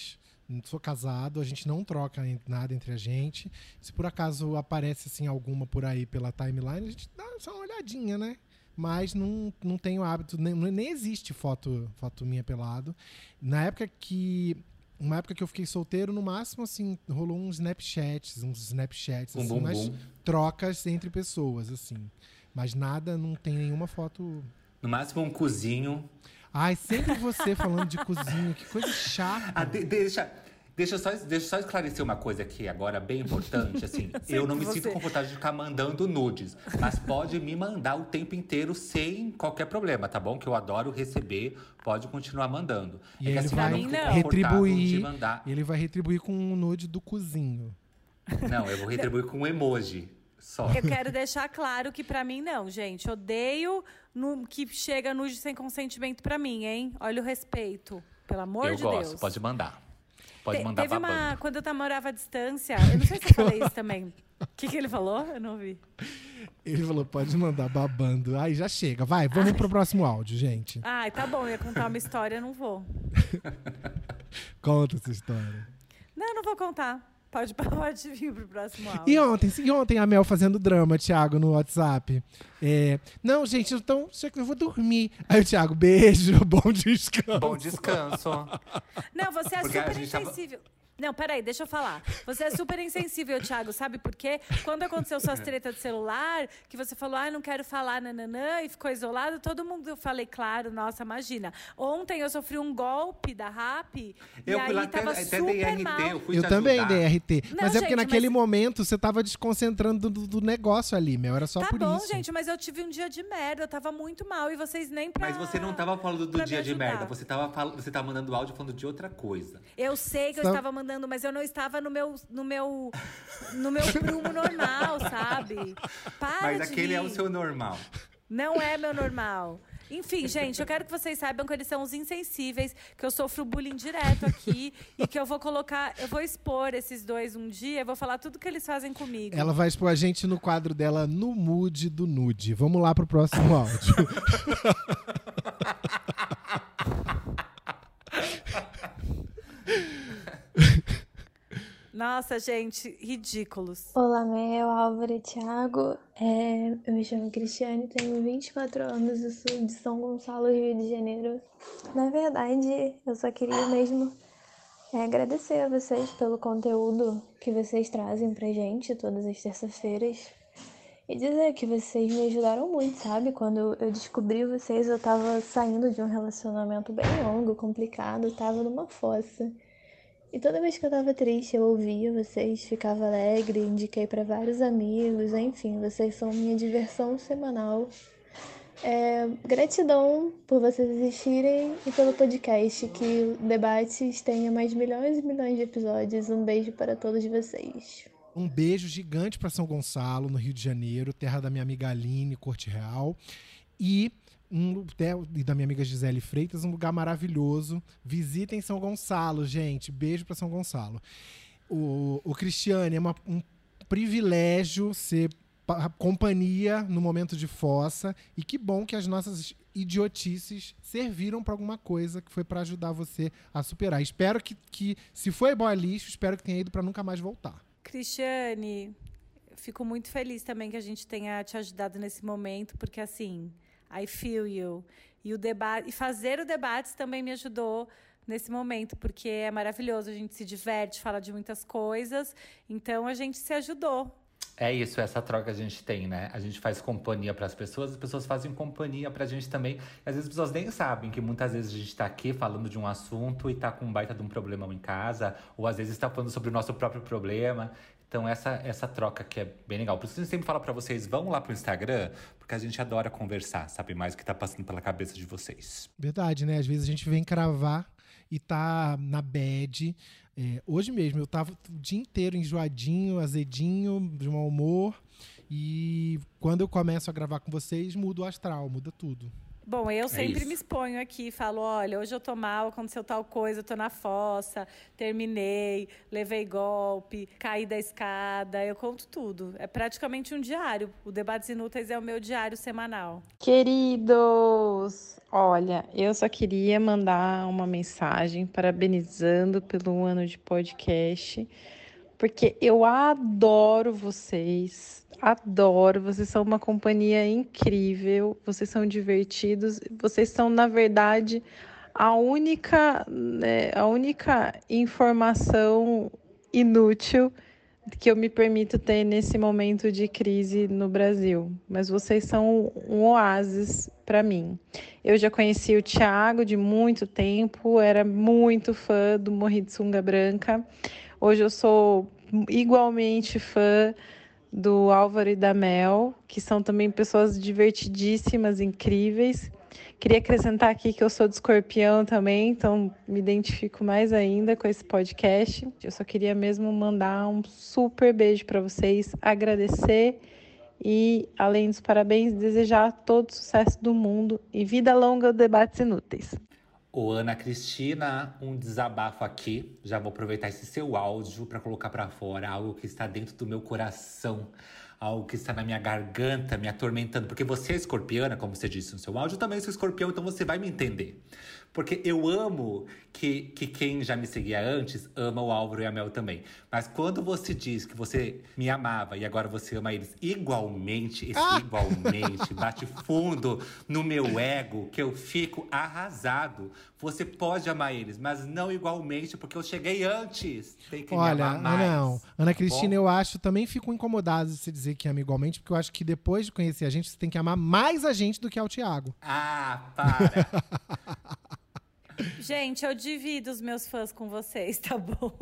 Não sou casado, a gente não troca nada entre a gente. Se por acaso aparece assim alguma por aí pela timeline, a gente dá só uma olhadinha, né? Mas não, não tenho hábito, nem, nem existe foto, foto minha pelado. Na época que... Uma época que eu fiquei solteiro, no máximo, assim, rolou uns Snapchats, uns Snapchats, Um assim, bum, mas bum. trocas entre pessoas, assim. Mas nada, não tem nenhuma foto... No máximo um cozinho. Ai, sempre você falando de cozinha, que coisa chata. Ah, de- deixa, deixa, eu só, deixa eu só esclarecer uma coisa aqui agora, bem importante. Assim, eu não me você. sinto confortável de ficar mandando nudes. Mas pode me mandar o tempo inteiro sem qualquer problema, tá bom? Que eu adoro receber, pode continuar mandando. E É que, ele assim, vai eu não fico não. confortável de retribuir, mandar. ele vai retribuir com um nude do cozinho. Não, eu vou retribuir com um emoji. Só. Eu quero deixar claro que pra mim não, gente. Odeio no, que chega nude sem consentimento pra mim, hein? Olha o respeito. Pelo amor Eu de gosto, Deus. pode mandar. Pode Te- mandar Teve babando. uma. Quando eu morava à distância, eu não sei se eu falei isso também. O que, que ele falou? Eu não ouvi. Ele falou, pode mandar babando. Aí já chega. Vai, vamos pro próximo áudio, gente. Ai, tá bom, eu ia contar uma história, eu não vou. Conta essa história. Não, eu não vou contar. Pode, pode vir pro próximo áudio. E ontem, e ontem a Mel fazendo drama, Thiago, no WhatsApp. É, não, gente, então eu vou dormir. Aí o Thiago, beijo, bom descanso. Bom descanso. Não, você é Porque a super gente tava- insensível. Não, peraí, deixa eu falar. Você é super insensível, Thiago, sabe por quê? Quando aconteceu suas tretas de celular, que você falou, ah, não quero falar, nananã, e ficou isolado, todo mundo, eu falei, claro, nossa, imagina. Ontem eu sofri um golpe da Rappi, Eu e fui lá aí até, tava até super D R T, mal. eu fui Eu te também, ajudar. D R T. Não, mas é porque gente, naquele mas- momento você tava desconcentrando do, do negócio ali, Mel. Era só Tá por bom, isso. gente, mas eu tive um dia de merda, eu tava muito mal, e vocês nem pra... Mas você não tava falando do pra me dia de ajudar. merda, você tava, fal- você tava mandando áudio falando de outra coisa. Eu sei que eu Só- estava mandando, mas eu não estava no meu, no meu, no meu prumo normal, sabe? Para Mas de aquele é o rir. seu normal. Não é meu normal. Enfim, gente, eu quero que vocês saibam que eles são os insensíveis, que eu sofro bullying direto aqui e que eu vou colocar, eu vou expor esses dois um dia, eu vou falar tudo que eles fazem comigo. Ela vai expor a gente no quadro dela no Mood do Nude. Vamos lá pro próximo áudio. Nossa, gente, ridículos. Olá, Mel, Álvaro e Thiago. É, eu me chamo Cristiane, tenho vinte e quatro anos e sou de São Gonçalo, Rio de Janeiro. Na verdade, eu só queria mesmo é, agradecer a vocês pelo conteúdo que vocês trazem pra gente todas as terças-feiras. E dizer que vocês me ajudaram muito, sabe? Quando eu descobri vocês, eu tava saindo de um relacionamento bem longo, complicado, tava numa fossa. E toda vez que eu tava triste, eu ouvia vocês, ficava alegre, indiquei pra vários amigos, enfim, vocês são minha diversão semanal. É, gratidão por vocês existirem e pelo podcast, que o Debates tenha mais milhões e milhões de episódios. Um beijo para todos vocês. Um beijo gigante para São Gonçalo, no Rio de Janeiro, terra da minha amiga Aline, Corte Real. E, um, e da minha amiga Gisele Freitas, um lugar maravilhoso. Visitem São Gonçalo, gente. Beijo para São Gonçalo. O, o Cristiane, é uma, um privilégio ser pa- companhia no momento de fossa. E que bom que as nossas idiotices serviram para alguma coisa que foi para ajudar você a superar. Espero que, que, se foi boa lixo, espero que tenha ido para nunca mais voltar. Cristiane, eu fico muito feliz também que a gente tenha te ajudado nesse momento, porque assim, I feel you. E, o debate, e fazer o debate também me ajudou nesse momento, porque é maravilhoso, a gente se diverte, fala de muitas coisas, então a gente se ajudou. É isso, essa troca que a gente tem, né? A gente faz companhia para as pessoas, as pessoas fazem companhia pra gente também. E às vezes as pessoas nem sabem que muitas vezes a gente tá aqui falando de um assunto e tá com um baita de um problemão em casa, ou às vezes tá falando sobre o nosso próprio problema. Então essa, essa troca que é bem legal. Por isso a gente sempre fala pra vocês, vão lá pro Instagram, porque a gente adora conversar, sabe mais o que tá passando pela cabeça de vocês. Verdade, né? Às vezes a gente vem cravar e tá na bad. É, hoje mesmo eu tava o dia inteiro enjoadinho, azedinho, de mau humor. E quando eu começo a gravar com vocês, muda o astral, muda tudo. Bom, eu sempre isso. me exponho aqui, falo, olha, hoje eu tô mal, aconteceu tal coisa, eu tô na fossa, terminei, levei golpe, caí da escada, eu conto tudo. É praticamente um diário. O Debates Inúteis é o meu diário semanal. Queridos, olha, Olha, eu só queria mandar uma mensagem parabenizando pelo ano de podcast, porque eu adoro vocês, adoro, vocês são uma companhia incrível, vocês são divertidos, vocês são, na verdade, a única, né, a única informação inútil que eu me permito ter nesse momento de crise no Brasil. Mas vocês são um oásis para mim. Eu já conheci o Thiago de muito tempo, era muito fã do Morri de Sunga Branca. Hoje eu sou igualmente fã do Álvaro e da Mel, que são também pessoas divertidíssimas, incríveis. Queria acrescentar aqui que eu sou de Escorpião também, então me identifico mais ainda com esse podcast. Eu só queria mesmo mandar um super beijo para vocês, agradecer e, além dos parabéns, desejar todo o sucesso do mundo e vida longa ao Debates Inúteis. Ô, Ana Cristina, um desabafo aqui. Já vou aproveitar esse seu áudio para colocar para fora algo que está dentro do meu coração. Algo que está na minha garganta, me atormentando. Porque você é escorpiana, como você disse no seu áudio, eu também sou escorpião, então você vai me entender. Porque eu amo que, que quem já me seguia antes ama o Álvaro e a Mel também. Mas quando você diz que você me amava e agora você ama eles igualmente, esse ah! igualmente bate fundo no meu ego, que eu fico arrasado. Você pode amar eles, mas não igualmente, porque eu cheguei antes. Tem que Olha, me amar mais. Não. Ana tá Cristina, bom? eu acho, também fico incomodado de você dizer que ama igualmente, porque eu acho que depois de conhecer a gente, você tem que amar mais a gente do que ao Thiago. Ah, para! Gente, eu divido os meus fãs com vocês, tá bom?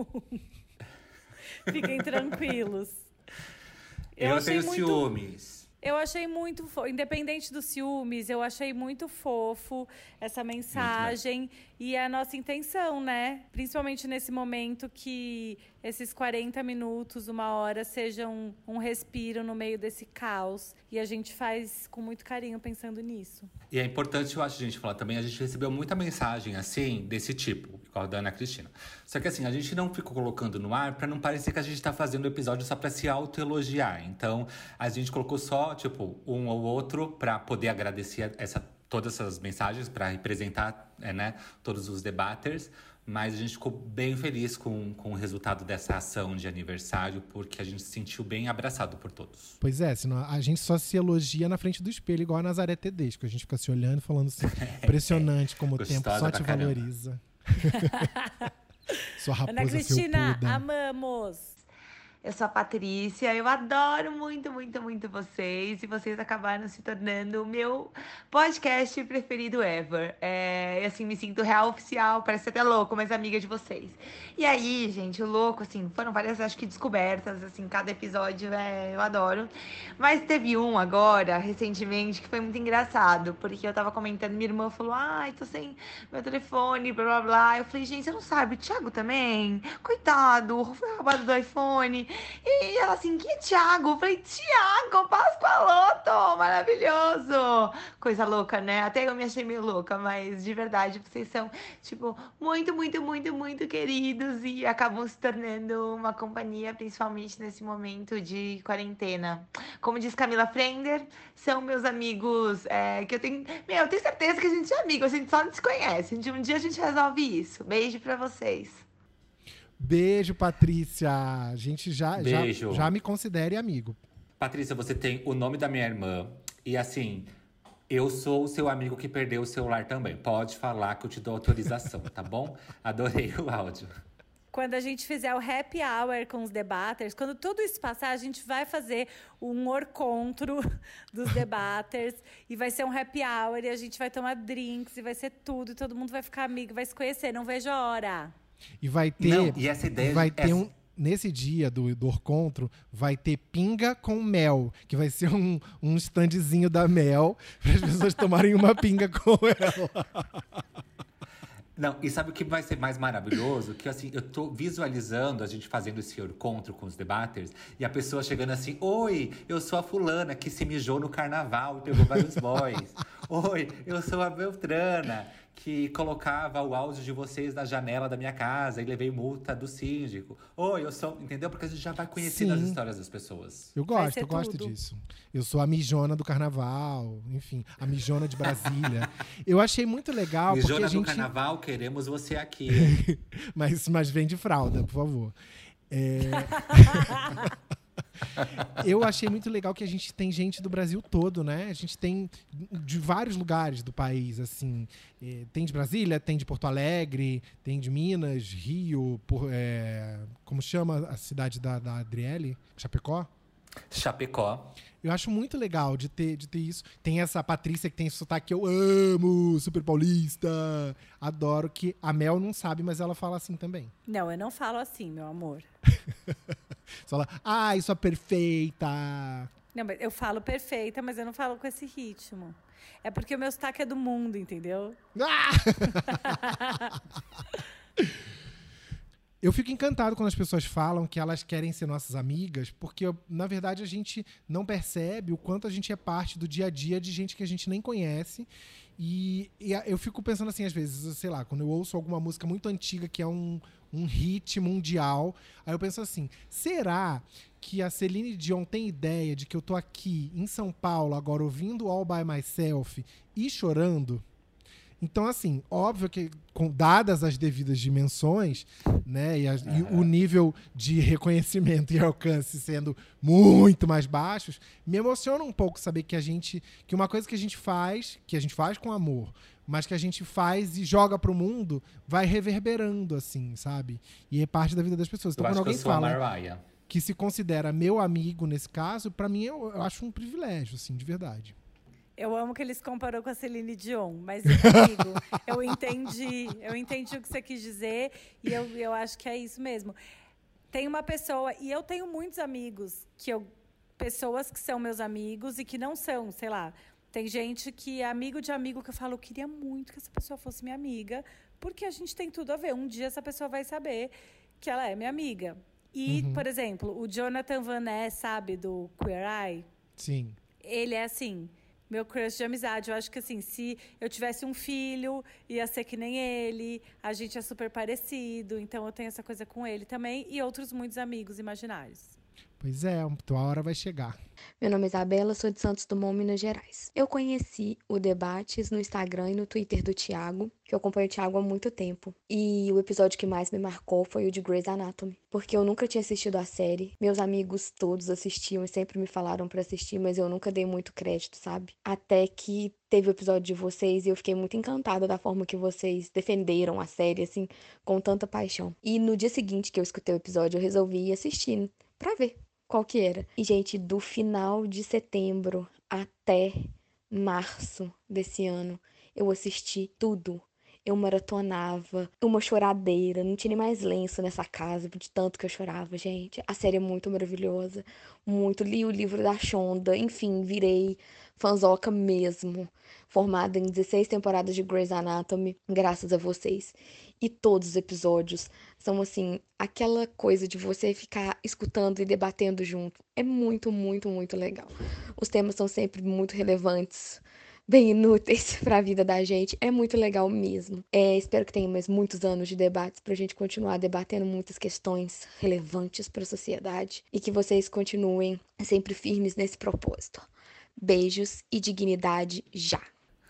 Fiquem tranquilos. Eu, eu tenho muito... ciúmes. Eu achei muito fofo, independente dos ciúmes, eu achei muito fofo essa mensagem e a nossa intenção, né? Principalmente nesse momento que esses quarenta minutos, uma hora, sejam um respiro no meio desse caos. E a gente faz com muito carinho pensando nisso. E é importante, eu acho, a gente falar também, a gente recebeu muita mensagem, assim, desse tipo, igual a da Ana Cristina. Só que, assim, a gente não ficou colocando no ar pra não parecer que a gente tá fazendo o episódio só pra se autoelogiar. Então, a gente colocou só, tipo, um ou outro pra poder agradecer essa, todas essas mensagens, pra representar, é, né, todos os debaters. Mas a gente ficou bem feliz com, com o resultado dessa ação de aniversário, porque a gente se sentiu bem abraçado por todos. Pois é, senão a gente só se elogia na frente do espelho, igual a Nazaré Tedesco. A gente fica se olhando e falando assim, impressionante como o tempo só te valoriza. Sua raposa Ana Cristina, felpuda. amamos! Eu sou a Patrícia, eu adoro muito, muito, muito vocês. E vocês acabaram se tornando o meu podcast preferido ever. É, assim, me sinto real oficial, parece até louco, mas amiga de vocês. E aí, gente, o louco, assim, foram várias, acho que, descobertas, assim, cada episódio é, eu adoro. Mas teve um agora, recentemente, que foi muito engraçado, porque eu tava comentando, minha irmã falou, ai, tô sem meu telefone, blá, blá, blá. Eu falei, gente, você não sabe, o Thiago também? Coitado, foi roubado do iPhone. E ela assim, que Thiago? Eu falei, Thiago, Pascoaloto, maravilhoso. Coisa louca, né? Até eu me achei meio louca, mas de verdade, vocês são, tipo, muito, muito, muito, muito queridos e acabam se tornando uma companhia, principalmente nesse momento de quarentena. Como diz Camila Frender, são meus amigos é, que eu tenho... Meu, eu tenho certeza que a gente é amigo, a gente só não se conhece. Um dia a gente resolve isso. Beijo pra vocês. Beijo, Patrícia. A gente já, já, já me considere amigo. Patrícia, você tem o nome da minha irmã. E assim, eu sou o seu amigo que perdeu o celular também. Pode falar que eu te dou autorização, tá bom? Adorei o áudio. Quando a gente fizer o happy hour com os debaters, quando tudo isso passar, a gente vai fazer um orcontro dos debaters. E vai ser um happy hour e a gente vai tomar drinks e vai ser tudo. E todo mundo vai ficar amigo, vai se conhecer. Não vejo a hora. E vai ter, Não, e essa ideia vai de, ter essa... um, nesse dia do, do Orcontro, vai ter pinga com mel, que vai ser um, um standzinho da Mel, para as pessoas tomarem uma pinga com ela. Não, e sabe o que vai ser mais maravilhoso? Que assim, eu tô visualizando a gente fazendo esse encontro com os debaters e a pessoa chegando assim, oi, eu sou a fulana que se mijou no carnaval e pegou vários boys. Oi, eu sou a Beltrana, que colocava o áudio de vocês na janela da minha casa e levei multa do síndico. Oi, eu sou... Entendeu? Porque a gente já vai conhecendo as Sim. histórias das pessoas. Eu Vai gosto, ser eu gosto tudo. disso. Eu sou a mijona do carnaval, enfim, a mijona de Brasília. Eu achei muito legal, porque Mijona a gente... do carnaval, queremos você aqui. mas, mas vem de fralda, por favor. É... Eu achei muito legal que a gente tem gente do Brasil todo, né? A gente tem de vários lugares do país, assim. É, tem de Brasília, tem de Porto Alegre, tem de Minas, Rio, por, é, como chama a cidade da, da Adriele? Chapecó? Chapecó. Eu acho muito legal de ter, de ter isso. Tem essa Patrícia que tem esse sotaque que eu amo, super paulista. Adoro, que a Mel não sabe, mas ela fala assim também. Não, eu não falo assim, meu amor. Só ela, ai, sua perfeita. Não, mas eu falo perfeita, mas eu não falo com esse ritmo. É porque o meu sotaque é do mundo, entendeu? Ah! Eu fico encantado quando as pessoas falam que elas querem ser nossas amigas, porque, na verdade, a gente não percebe o quanto a gente é parte do dia a dia de gente que a gente nem conhece. E, e eu fico pensando assim, às vezes, sei lá, quando eu ouço alguma música muito antiga que é um, um hit mundial, aí eu penso assim, será que a Celine Dion tem ideia de que eu tô aqui em São Paulo agora ouvindo All By Myself e chorando? Então, assim, óbvio que, com, dadas as devidas dimensões, né, e, a, e o nível de reconhecimento e alcance sendo muito mais baixos, me emociona um pouco saber que a gente, que uma coisa que a gente faz, que a gente faz com amor, mas que a gente faz e joga pro mundo, vai reverberando, assim, sabe? E é parte da vida das pessoas. Então, Eu quando acho que alguém eu sou a fala Mariah. que se considera meu amigo nesse caso, pra mim eu, eu acho um privilégio, assim, de verdade. Eu amo que eles comparou com a Celine Dion, mas, amigo, eu entendi. Eu entendi o que você quis dizer e eu, eu acho que é isso mesmo. Tem uma pessoa, e eu tenho muitos amigos, que eu, pessoas que são meus amigos e que não são, sei lá. Tem gente que é amigo de amigo que eu falo, eu queria muito que essa pessoa fosse minha amiga, porque a gente tem tudo a ver. Um dia essa pessoa vai saber que ela é minha amiga. E, Uhum. por exemplo, o Jonathan Van Ness, sabe, do Queer Eye? Sim. Ele é assim... Meu crush de amizade. Eu acho que, assim, se eu tivesse um filho, ia ser que nem ele. A gente é super parecido. Então, eu tenho essa coisa com ele também. E outros muitos amigos imaginários. Pois é, a tua hora vai chegar. Meu nome é Isabela, sou de Santos Dumont, Minas Gerais. Eu conheci o Debates no Instagram e no Twitter do Thiago, que eu acompanho o Thiago há muito tempo. E o episódio que mais me marcou foi o de Grey's Anatomy, porque eu nunca tinha assistido a série. Meus amigos todos assistiam e sempre me falaram pra assistir, mas eu nunca dei muito crédito, sabe? Até que teve o episódio de vocês e eu fiquei muito encantada da forma que vocês defenderam a série, assim, com tanta paixão. E no dia seguinte que eu escutei o episódio, eu resolvi ir assistir pra ver qual que era. E, gente, do final de setembro até março desse ano, eu assisti tudo. Eu maratonava, uma choradeira, não tinha nem mais lenço nessa casa, de tanto que eu chorava, gente. A série é muito maravilhosa, muito. Li o livro da Shonda, enfim, virei fanzoca mesmo. Formada em dezesseis temporadas de Grey's Anatomy, graças a vocês. E todos os episódios são, assim, aquela coisa de você ficar escutando e debatendo junto. É muito, muito, muito legal. Os temas são sempre muito relevantes, bem inúteis para a vida da gente. É muito legal mesmo. É, espero que tenha mais muitos anos de debates para a gente continuar debatendo muitas questões relevantes para a sociedade e que vocês continuem sempre firmes nesse propósito. Beijos e dignidade já.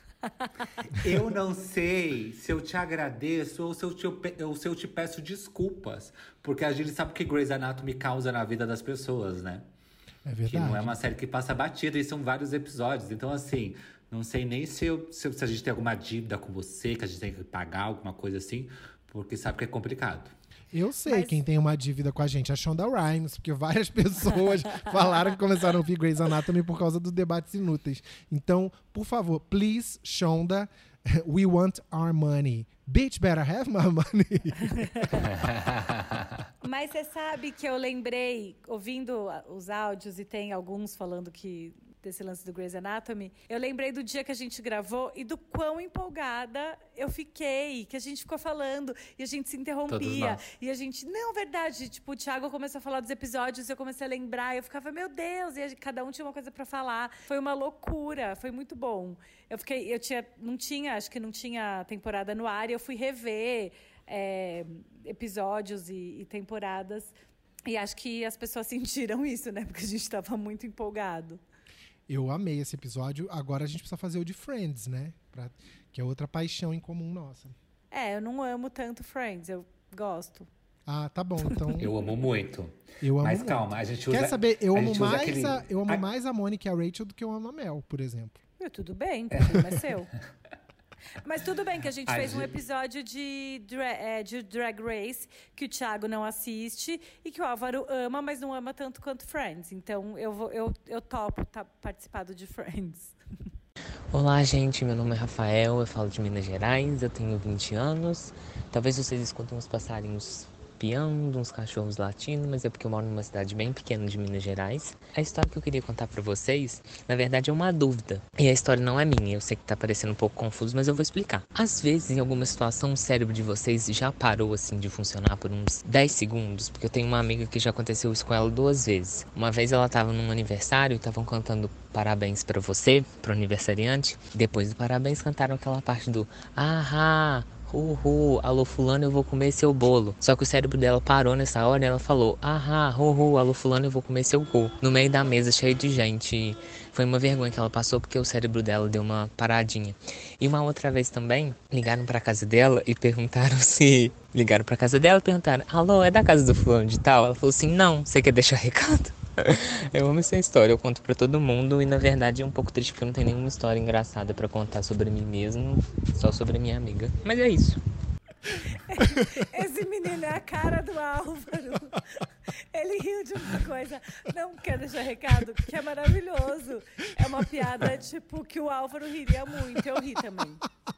Eu não sei se eu te agradeço ou se eu te, ou se eu te peço desculpas. Porque a gente sabe o que Grey's Anatomy causa na vida das pessoas, né? É verdade. Que não é uma série que passa batida e são vários episódios. Então, assim, não sei nem se, eu, se, se a gente tem alguma dívida com você, que a gente tem que pagar, alguma coisa assim. Porque sabe que é complicado. Eu sei Mas- quem tem uma dívida com a gente, a Shonda Rhimes, porque várias pessoas falaram que começaram a ouvir Grey's Anatomy por causa dos debates inúteis. Então, por favor, please, Shonda, we want our money. Bitch better have my money. Mas você sabe que eu lembrei, ouvindo os áudios, e tem alguns falando que desse lance do Grey's Anatomy, eu lembrei do dia que a gente gravou e do quão empolgada eu fiquei, que a gente ficou falando e a gente se interrompia. E a gente, não, verdade, tipo, o Thiago começou a falar dos episódios e eu comecei a lembrar, e eu ficava, meu Deus, e a, cada um tinha uma coisa pra falar. Foi uma loucura, foi muito bom. Eu fiquei, eu tinha, não tinha, acho que não tinha temporada no ar, e eu fui rever é, episódios e, e temporadas. E acho que as pessoas sentiram isso, né? Porque a gente estava muito empolgado. Eu amei esse episódio. Agora a gente precisa fazer o de Friends, né? Pra, que é outra paixão em comum nossa. É, eu não amo tanto Friends. Eu gosto. Ah, tá bom. Então... eu amo muito. Eu amo Mas muito. calma, a gente usa... Quer saber? Eu amo, mais aquele... a, eu amo a... mais a Mônica e a Rachel do que eu amo a Mel, por exemplo. Eu, tudo bem, o problema é seu. Mas tudo bem que a gente a fez gente... um episódio de, dra é, de Drag Race que o Thiago não assiste e que o Álvaro ama, mas não ama tanto quanto Friends. Então eu, vou, eu, eu topo tá, participar do de Friends. Olá, gente. Meu nome é Rafael, eu falo de Minas Gerais, eu tenho vinte anos. Talvez vocês escutem uns passarinhos piando, uns cachorros latindo, mas é porque eu moro numa cidade bem pequena de Minas Gerais. A história que eu queria contar pra vocês, na verdade, é uma dúvida. E a história não é minha, eu sei que tá parecendo um pouco confuso, mas eu vou explicar. Às vezes, em alguma situação, o cérebro de vocês já parou, assim, de funcionar por uns dez segundos, porque eu tenho uma amiga que já aconteceu isso com ela duas vezes. Uma vez ela tava num aniversário, estavam cantando parabéns pra você, pro aniversariante. Depois do parabéns, cantaram aquela parte do ahá, Uhul, alô fulano, eu vou comer seu bolo. Só que o cérebro dela parou nessa hora e ela falou, ahá, uhul, alô fulano, eu vou comer seu cu. No meio da mesa, cheio de gente. Foi uma vergonha que ela passou porque o cérebro dela deu uma paradinha. E uma outra vez também, ligaram pra casa dela e perguntaram se... Ligaram pra casa dela e perguntaram, alô, é da casa do fulano de tal? Ela falou assim, não, você quer deixar recado? Eu amo essa história, eu conto pra todo mundo e na verdade é um pouco triste porque eu não tenho nenhuma história engraçada pra contar sobre mim mesmo, só sobre a minha amiga. Mas é isso. Esse menino é a cara do Álvaro. Ele riu de uma coisa, não quer deixar recado, que é maravilhoso. É uma piada, tipo, que o Álvaro riria muito, eu ri também.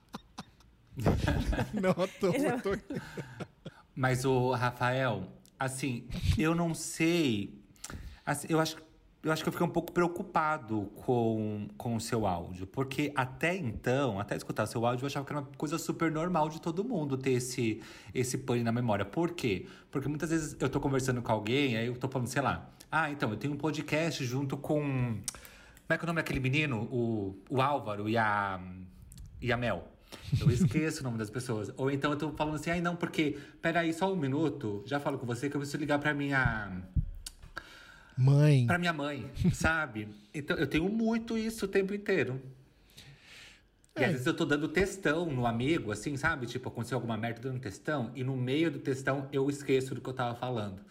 Não, tô, Ele é- tô... Mas o Rafael, assim, eu não sei... Assim, eu, acho, eu acho que eu fiquei um pouco preocupado com, com o seu áudio. Porque até então, até escutar o seu áudio, eu achava que era uma coisa super normal de todo mundo ter esse, esse pane na memória. Por quê? Porque muitas vezes eu tô conversando com alguém, aí eu tô falando, sei lá... Ah, então, eu tenho um podcast junto com... Como é que é o nome daquele menino? O, o Álvaro e a, e a Mel. Eu esqueço o nome das pessoas. Ou então eu tô falando assim, ai não, porque... Peraí, só um minuto, já falo com você que eu preciso ligar pra minha... Mãe. Pra minha mãe, sabe? Então, eu tenho muito isso o tempo inteiro. E É. às vezes eu tô dando textão no amigo, assim, sabe? Tipo, aconteceu alguma merda dando textão. E no meio do textão, eu esqueço do que eu tava falando.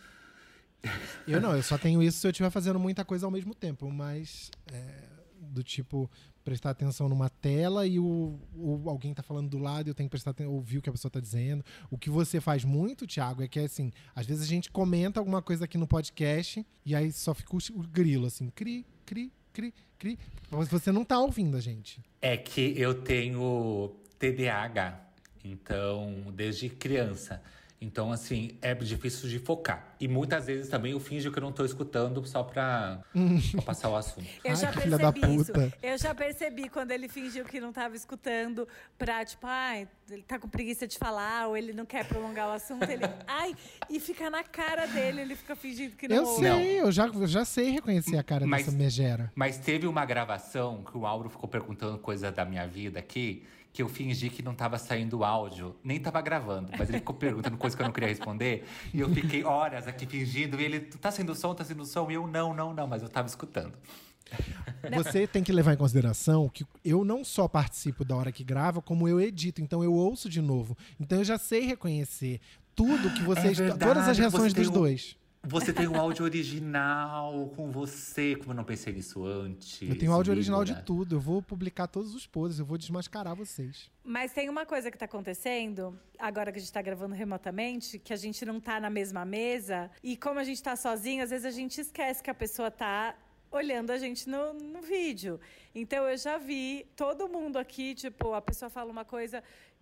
Eu não, eu só tenho isso se eu estiver fazendo muita coisa ao mesmo tempo. Mas, é, do tipo, prestar atenção numa tela e o, o, alguém tá falando do lado e eu tenho que prestar atenção, ouvir o que a pessoa tá dizendo. O que você faz muito, Thiago, é que, assim, às vezes a gente comenta alguma coisa aqui no podcast e aí só fica o, o grilo, assim, cri, cri, cri, cri. Mas você não tá ouvindo a gente. É que eu tenho T D A H, então, desde criança. Então, assim, é difícil de focar. E muitas vezes também eu finjo que eu não tô escutando só pra, pra passar o assunto. Eu Ai, já que filha da percebi isso. puta. Eu já percebi quando ele fingiu que não estava escutando pra, tipo, ai, ele tá com preguiça de falar, ou ele não quer prolongar o assunto, ele, ai, e fica na cara dele, ele fica fingindo que não Eu ouve. sei, eu já, eu já sei reconhecer a cara Mas- dessa megera. Mas teve uma gravação que o Auro ficou perguntando coisa da minha vida aqui, que eu fingi que não tava saindo áudio, nem tava gravando, mas ele ficou perguntando coisa que eu não queria responder, e eu fiquei horas aqui fingindo, e ele, tá saindo som, tá saindo som, e eu, não, não, não, mas eu tava escutando. Você tem que levar em consideração que eu não só participo da hora que grava, como eu edito. Então eu ouço de novo. Então eu já sei reconhecer tudo que vocês... É verdade, todas as reações você tem dos um- dois. Você tem o áudio original com você, como eu não pensei nisso antes. Eu tenho áudio original Igor. de tudo. Eu vou publicar todos os podres. Eu vou desmascarar vocês. Mas tem uma coisa que tá acontecendo, agora que a gente tá gravando remotamente, que a gente não tá na mesma mesa, e como a gente tá sozinho, às vezes a gente esquece que a pessoa tá olhando a gente no, no vídeo. Então eu já vi todo mundo aqui, tipo, a pessoa fala uma coisa,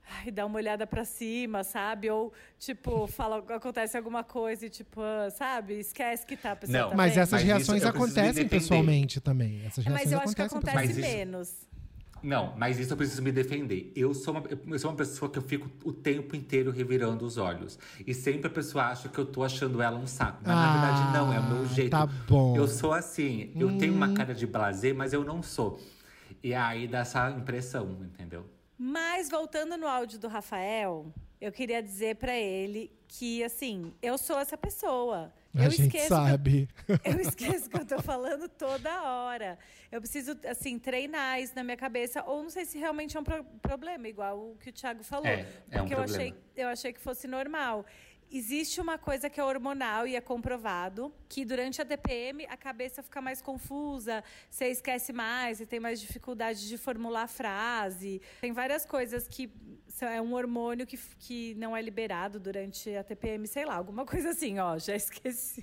ai, dá uma olhada pra cima, sabe? Ou, tipo, fala, acontece alguma coisa e, tipo, ah, sabe? Esquece que tá a pessoa Não, tá Mas bem. essas Mas isso reações eu preciso me acontecem defender. pessoalmente também. Essas É, reações mas eu acho que acontecem acontece pessoalmente. menos. Não, mas isso eu preciso me defender. Eu sou, uma, eu sou uma pessoa que eu fico o tempo inteiro revirando os olhos. E sempre a pessoa acha que eu tô achando ela um saco. Mas na verdade não, é o meu jeito. Tá bom. Eu sou assim. Eu Hum. tenho uma cara de blasé, mas eu não sou. E aí dá essa impressão, entendeu? Mas, voltando no áudio do Rafael, eu queria dizer pra ele que, assim, eu sou essa pessoa. A eu gente esqueço sabe. Que eu, eu esqueço que eu tô falando toda hora. Eu preciso, assim, treinar isso na minha cabeça. Ou não sei se realmente é um pro- problema, igual o que o Thiago falou. É, é um porque eu problema. achei, eu achei que fosse normal. Existe uma coisa que é hormonal e é comprovado, que durante a T P M a cabeça fica mais confusa, você esquece mais, você tem mais dificuldade de formular a frase. Tem várias coisas que são- é um hormônio que, f- que não é liberado durante a T P M, sei lá, alguma coisa assim, ó, já esqueci.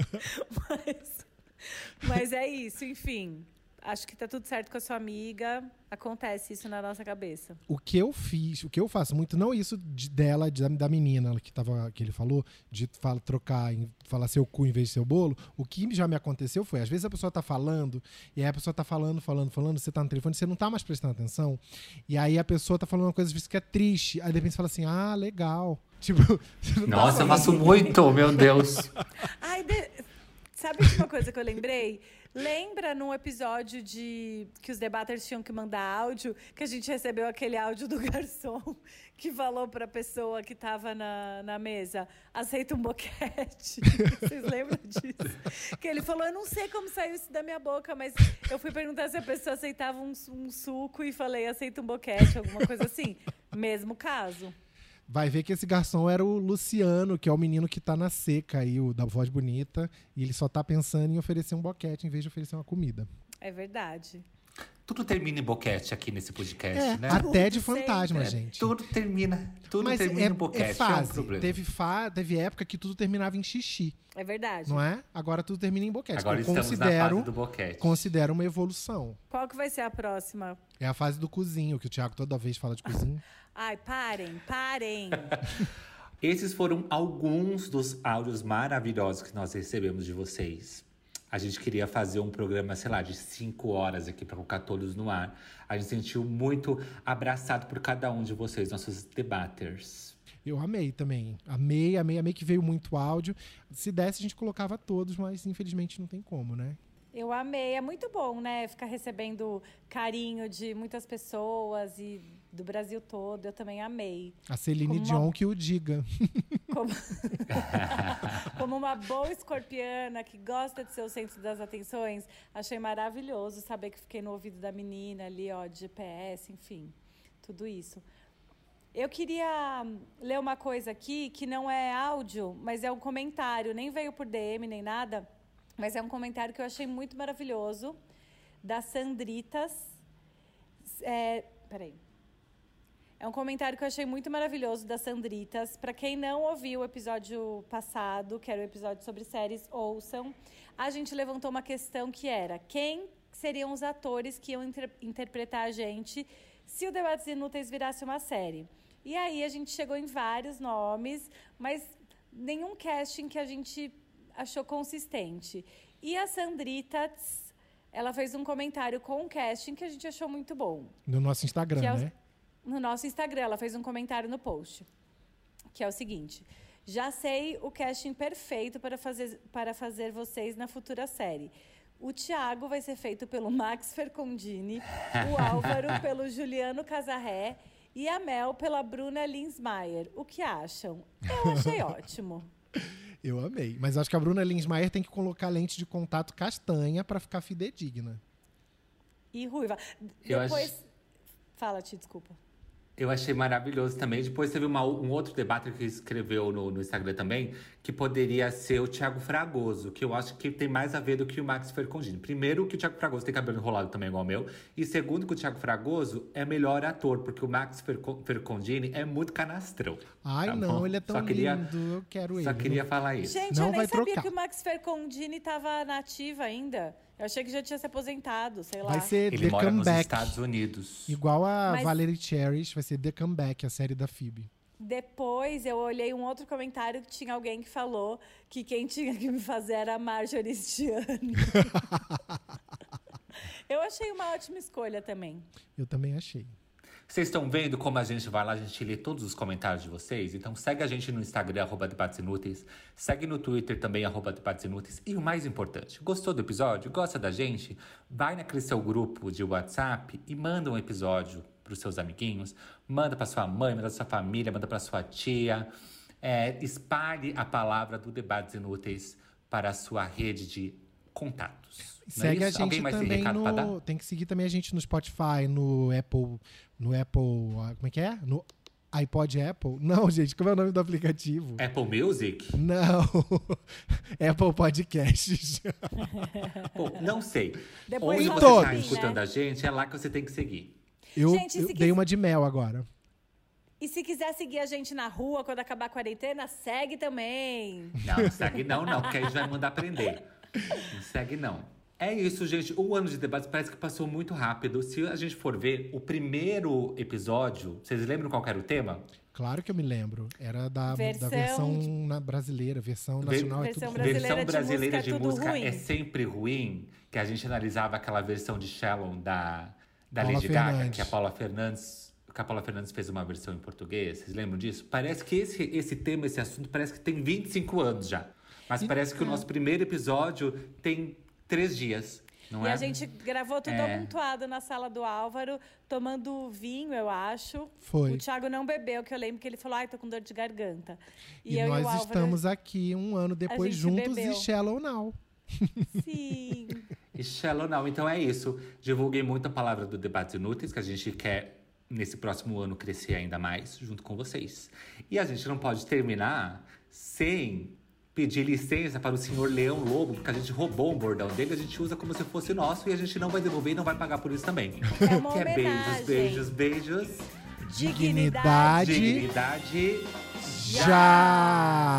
mas, mas é isso, enfim. Acho que tá tudo certo com a sua amiga. Acontece isso na nossa cabeça. O que eu fiz, o que eu faço muito, não isso de- dela, de- da menina que, tava, que ele falou, de fala, trocar, em- falar seu cu em vez de seu bolo. O que já me aconteceu foi, às vezes a pessoa tá falando, e aí a pessoa tá falando, falando, falando, você tá no telefone, você não tá mais prestando atenção, e aí a pessoa tá falando uma coisa, às vezes, que é triste, aí de repente você fala assim, ah, legal. Tipo, você não tá Nossa, eu falando- faço muito, meu Deus. Ai, de- sabe de uma coisa que eu lembrei? Lembra num episódio de que os debaters tinham que mandar áudio, que a gente recebeu aquele áudio do garçom que falou pra pessoa que tava na, na mesa, aceita um boquete. Vocês lembram disso? Que ele falou, eu não sei como saiu isso da minha boca, mas eu fui perguntar se a pessoa aceitava um, su- um suco e falei, aceita um boquete, alguma coisa assim. Mesmo caso. Vai ver que esse garçom era o Luciano, que é o menino que tá na seca aí, o da voz bonita. E ele só tá pensando em oferecer um boquete em vez de oferecer uma comida. É verdade. Tudo termina em boquete aqui nesse podcast, É, né? até de Tudo fantasma, É, gente. Tudo termina, tudo Mas termina é, em boquete, é é um fase. problema. teve, fa teve época que tudo terminava em xixi, É verdade. não é? Agora tudo termina em boquete. Agora Eu estamos na considero, fase do boquete. considero uma evolução. Qual que vai ser a próxima? É a fase do cozinho, que o Thiago toda vez fala de cozinho. Ai, parem, parem. Esses foram alguns dos áudios maravilhosos que nós recebemos de vocês. A gente queria fazer um programa, sei lá, de cinco horas aqui para colocar todos no ar. A gente se sentiu muito abraçado por cada um de vocês, nossos debaters. Eu amei também. Amei, amei, amei que veio muito áudio. Se desse, a gente colocava todos, mas infelizmente não tem como, né? Eu amei. É muito bom, né? Ficar recebendo carinho de muitas pessoas e do Brasil todo. Eu também amei. A Celine Como uma- Dion que o diga. Como... Como uma boa escorpiana que gosta de ser o centro das atenções, achei maravilhoso saber que fiquei no ouvido da menina ali, ó, de G P S, enfim, tudo isso. Eu queria hum, ler uma coisa aqui que não é áudio, mas é um comentário, nem veio por D M nem nada, mas é um comentário que eu achei muito maravilhoso, da Sandritas. É, peraí. É um comentário que eu achei muito maravilhoso da Sandritas. Para quem não ouviu o episódio passado, que era o episódio sobre séries, ouçam. A gente levantou uma questão que era: quem seriam os atores que iam inter- interpretar a gente se o Debates Inúteis virasse uma série? E aí a gente chegou em vários nomes, mas nenhum casting que a gente achou consistente. E a Sandritas, ela fez um comentário com um casting que a gente achou muito bom. No nosso Instagram, Que é o- né? No nosso Instagram, ela fez um comentário no post, que é o seguinte: já sei o casting perfeito para fazer, para fazer vocês na futura série. O Thiago vai ser feito pelo Max Fercondini, o Álvaro pelo Juliano Casarré e a Mel pela Bruna Linsmeyer. O que acham? Eu achei ótimo. Eu amei. Mas acho que a Bruna Linsmeyer tem que colocar lente de contato castanha pra ficar fidedigna. E ruiva. Eu Depois. acho- Fala, Ti, desculpa. Eu achei maravilhoso também. Depois teve uma- um outro debate que escreveu no, no Instagram também, que poderia ser o Thiago Fragoso, que eu acho que tem mais a ver do que o Max Fercondini. Primeiro, que o Thiago Fragoso tem cabelo enrolado também, igual o meu. E segundo, que o Thiago Fragoso é melhor ator, porque o Max Ferco- Fercondini é muito canastrão. Ai, tá não, bom? ele é tão Só queria- lindo. Eu quero ele. Só queria falar isso. Gente, Não eu nem vai sabia trocar. que o Max Fercondini estava nativa ainda. Eu achei que já tinha se aposentado, sei lá. Vai ser Ele The mora nos Comeback. Estados Unidos. Igual a Mas- Valerie Cherish, vai ser The Comeback, a série da Phoebe. Depois eu olhei um outro comentário que tinha alguém que falou que quem tinha que me fazer era a Marjorie este ano. Eu achei uma ótima escolha também. Eu também achei. Vocês estão vendo como a gente vai lá, a gente lê todos os comentários de vocês? Então segue a gente no Instagram, arroba Debates Inúteis. Segue no Twitter também, arroba Debates Inúteis. E o mais importante, gostou do episódio? Gosta da gente? Vai naquele seu grupo de WhatsApp e manda um episódio pros seus amiguinhos. Manda pra sua mãe, manda pra sua família, manda pra sua tia. É, espalhe a palavra do Debates Inúteis para a sua rede de contatos. Não é Segue a isso? Alguém gente mais tem também recado pra dar? no... Tem que seguir também a gente no Spotify, no Apple... No Apple... ah, Como é que é? No iPod Apple? Não, gente, como é o nome do aplicativo? Apple Music? Não. Apple Podcasts. Pô, não sei. Depois Onde Em você todos. está escutando a gente, é lá que você tem que seguir. Eu, Gente, eu se dei quis- uma de mel agora. E se quiser seguir a gente na rua quando acabar a quarentena, segue também. Não, segue não, não, porque aí a gente vai mandar prender. Não segue não. É isso, gente. O ano de debates parece que passou muito rápido. Se a gente for ver, o primeiro episódio… Vocês lembram qual que era o tema? Claro que eu me lembro. Era da Versão da versão de- na brasileira, versão Ver- nacional é tudo Versão ruim. brasileira Versão de brasileira de música é tudo música ruim. é sempre ruim. Que a gente analisava aquela versão de Shallow da, da Paula Lady Gaga, Fernandes. que a Paula Fernandes… Que a Paula Fernandes fez uma versão em português. Vocês lembram disso? Parece que esse, esse tema, esse assunto, parece que tem vinte e cinco anos já. Mas parece que o nosso primeiro episódio tem três dias. Não e é? a gente gravou tudo É. amontoado na sala do Álvaro, tomando vinho, eu acho. Foi. O Thiago não bebeu, que eu lembro que ele falou, ai, tô com dor de garganta. E, eu nós e o Álvaro, estamos aqui um ano depois gente juntos bebeu. e Shallow Now. sim. E Shallow não. Então é isso. Divulguei muito a palavra do Debates Inúteis, que a gente quer, nesse próximo ano, crescer ainda mais junto com vocês. E a gente não pode terminar sem pedir licença para o senhor Leão Lobo, porque a gente roubou um bordão dele, a gente usa como se fosse nosso e a gente não vai devolver e não vai pagar por isso também. É uma que é beijos, homenagem. beijos, beijos. Dignidade. Dignidade. Já!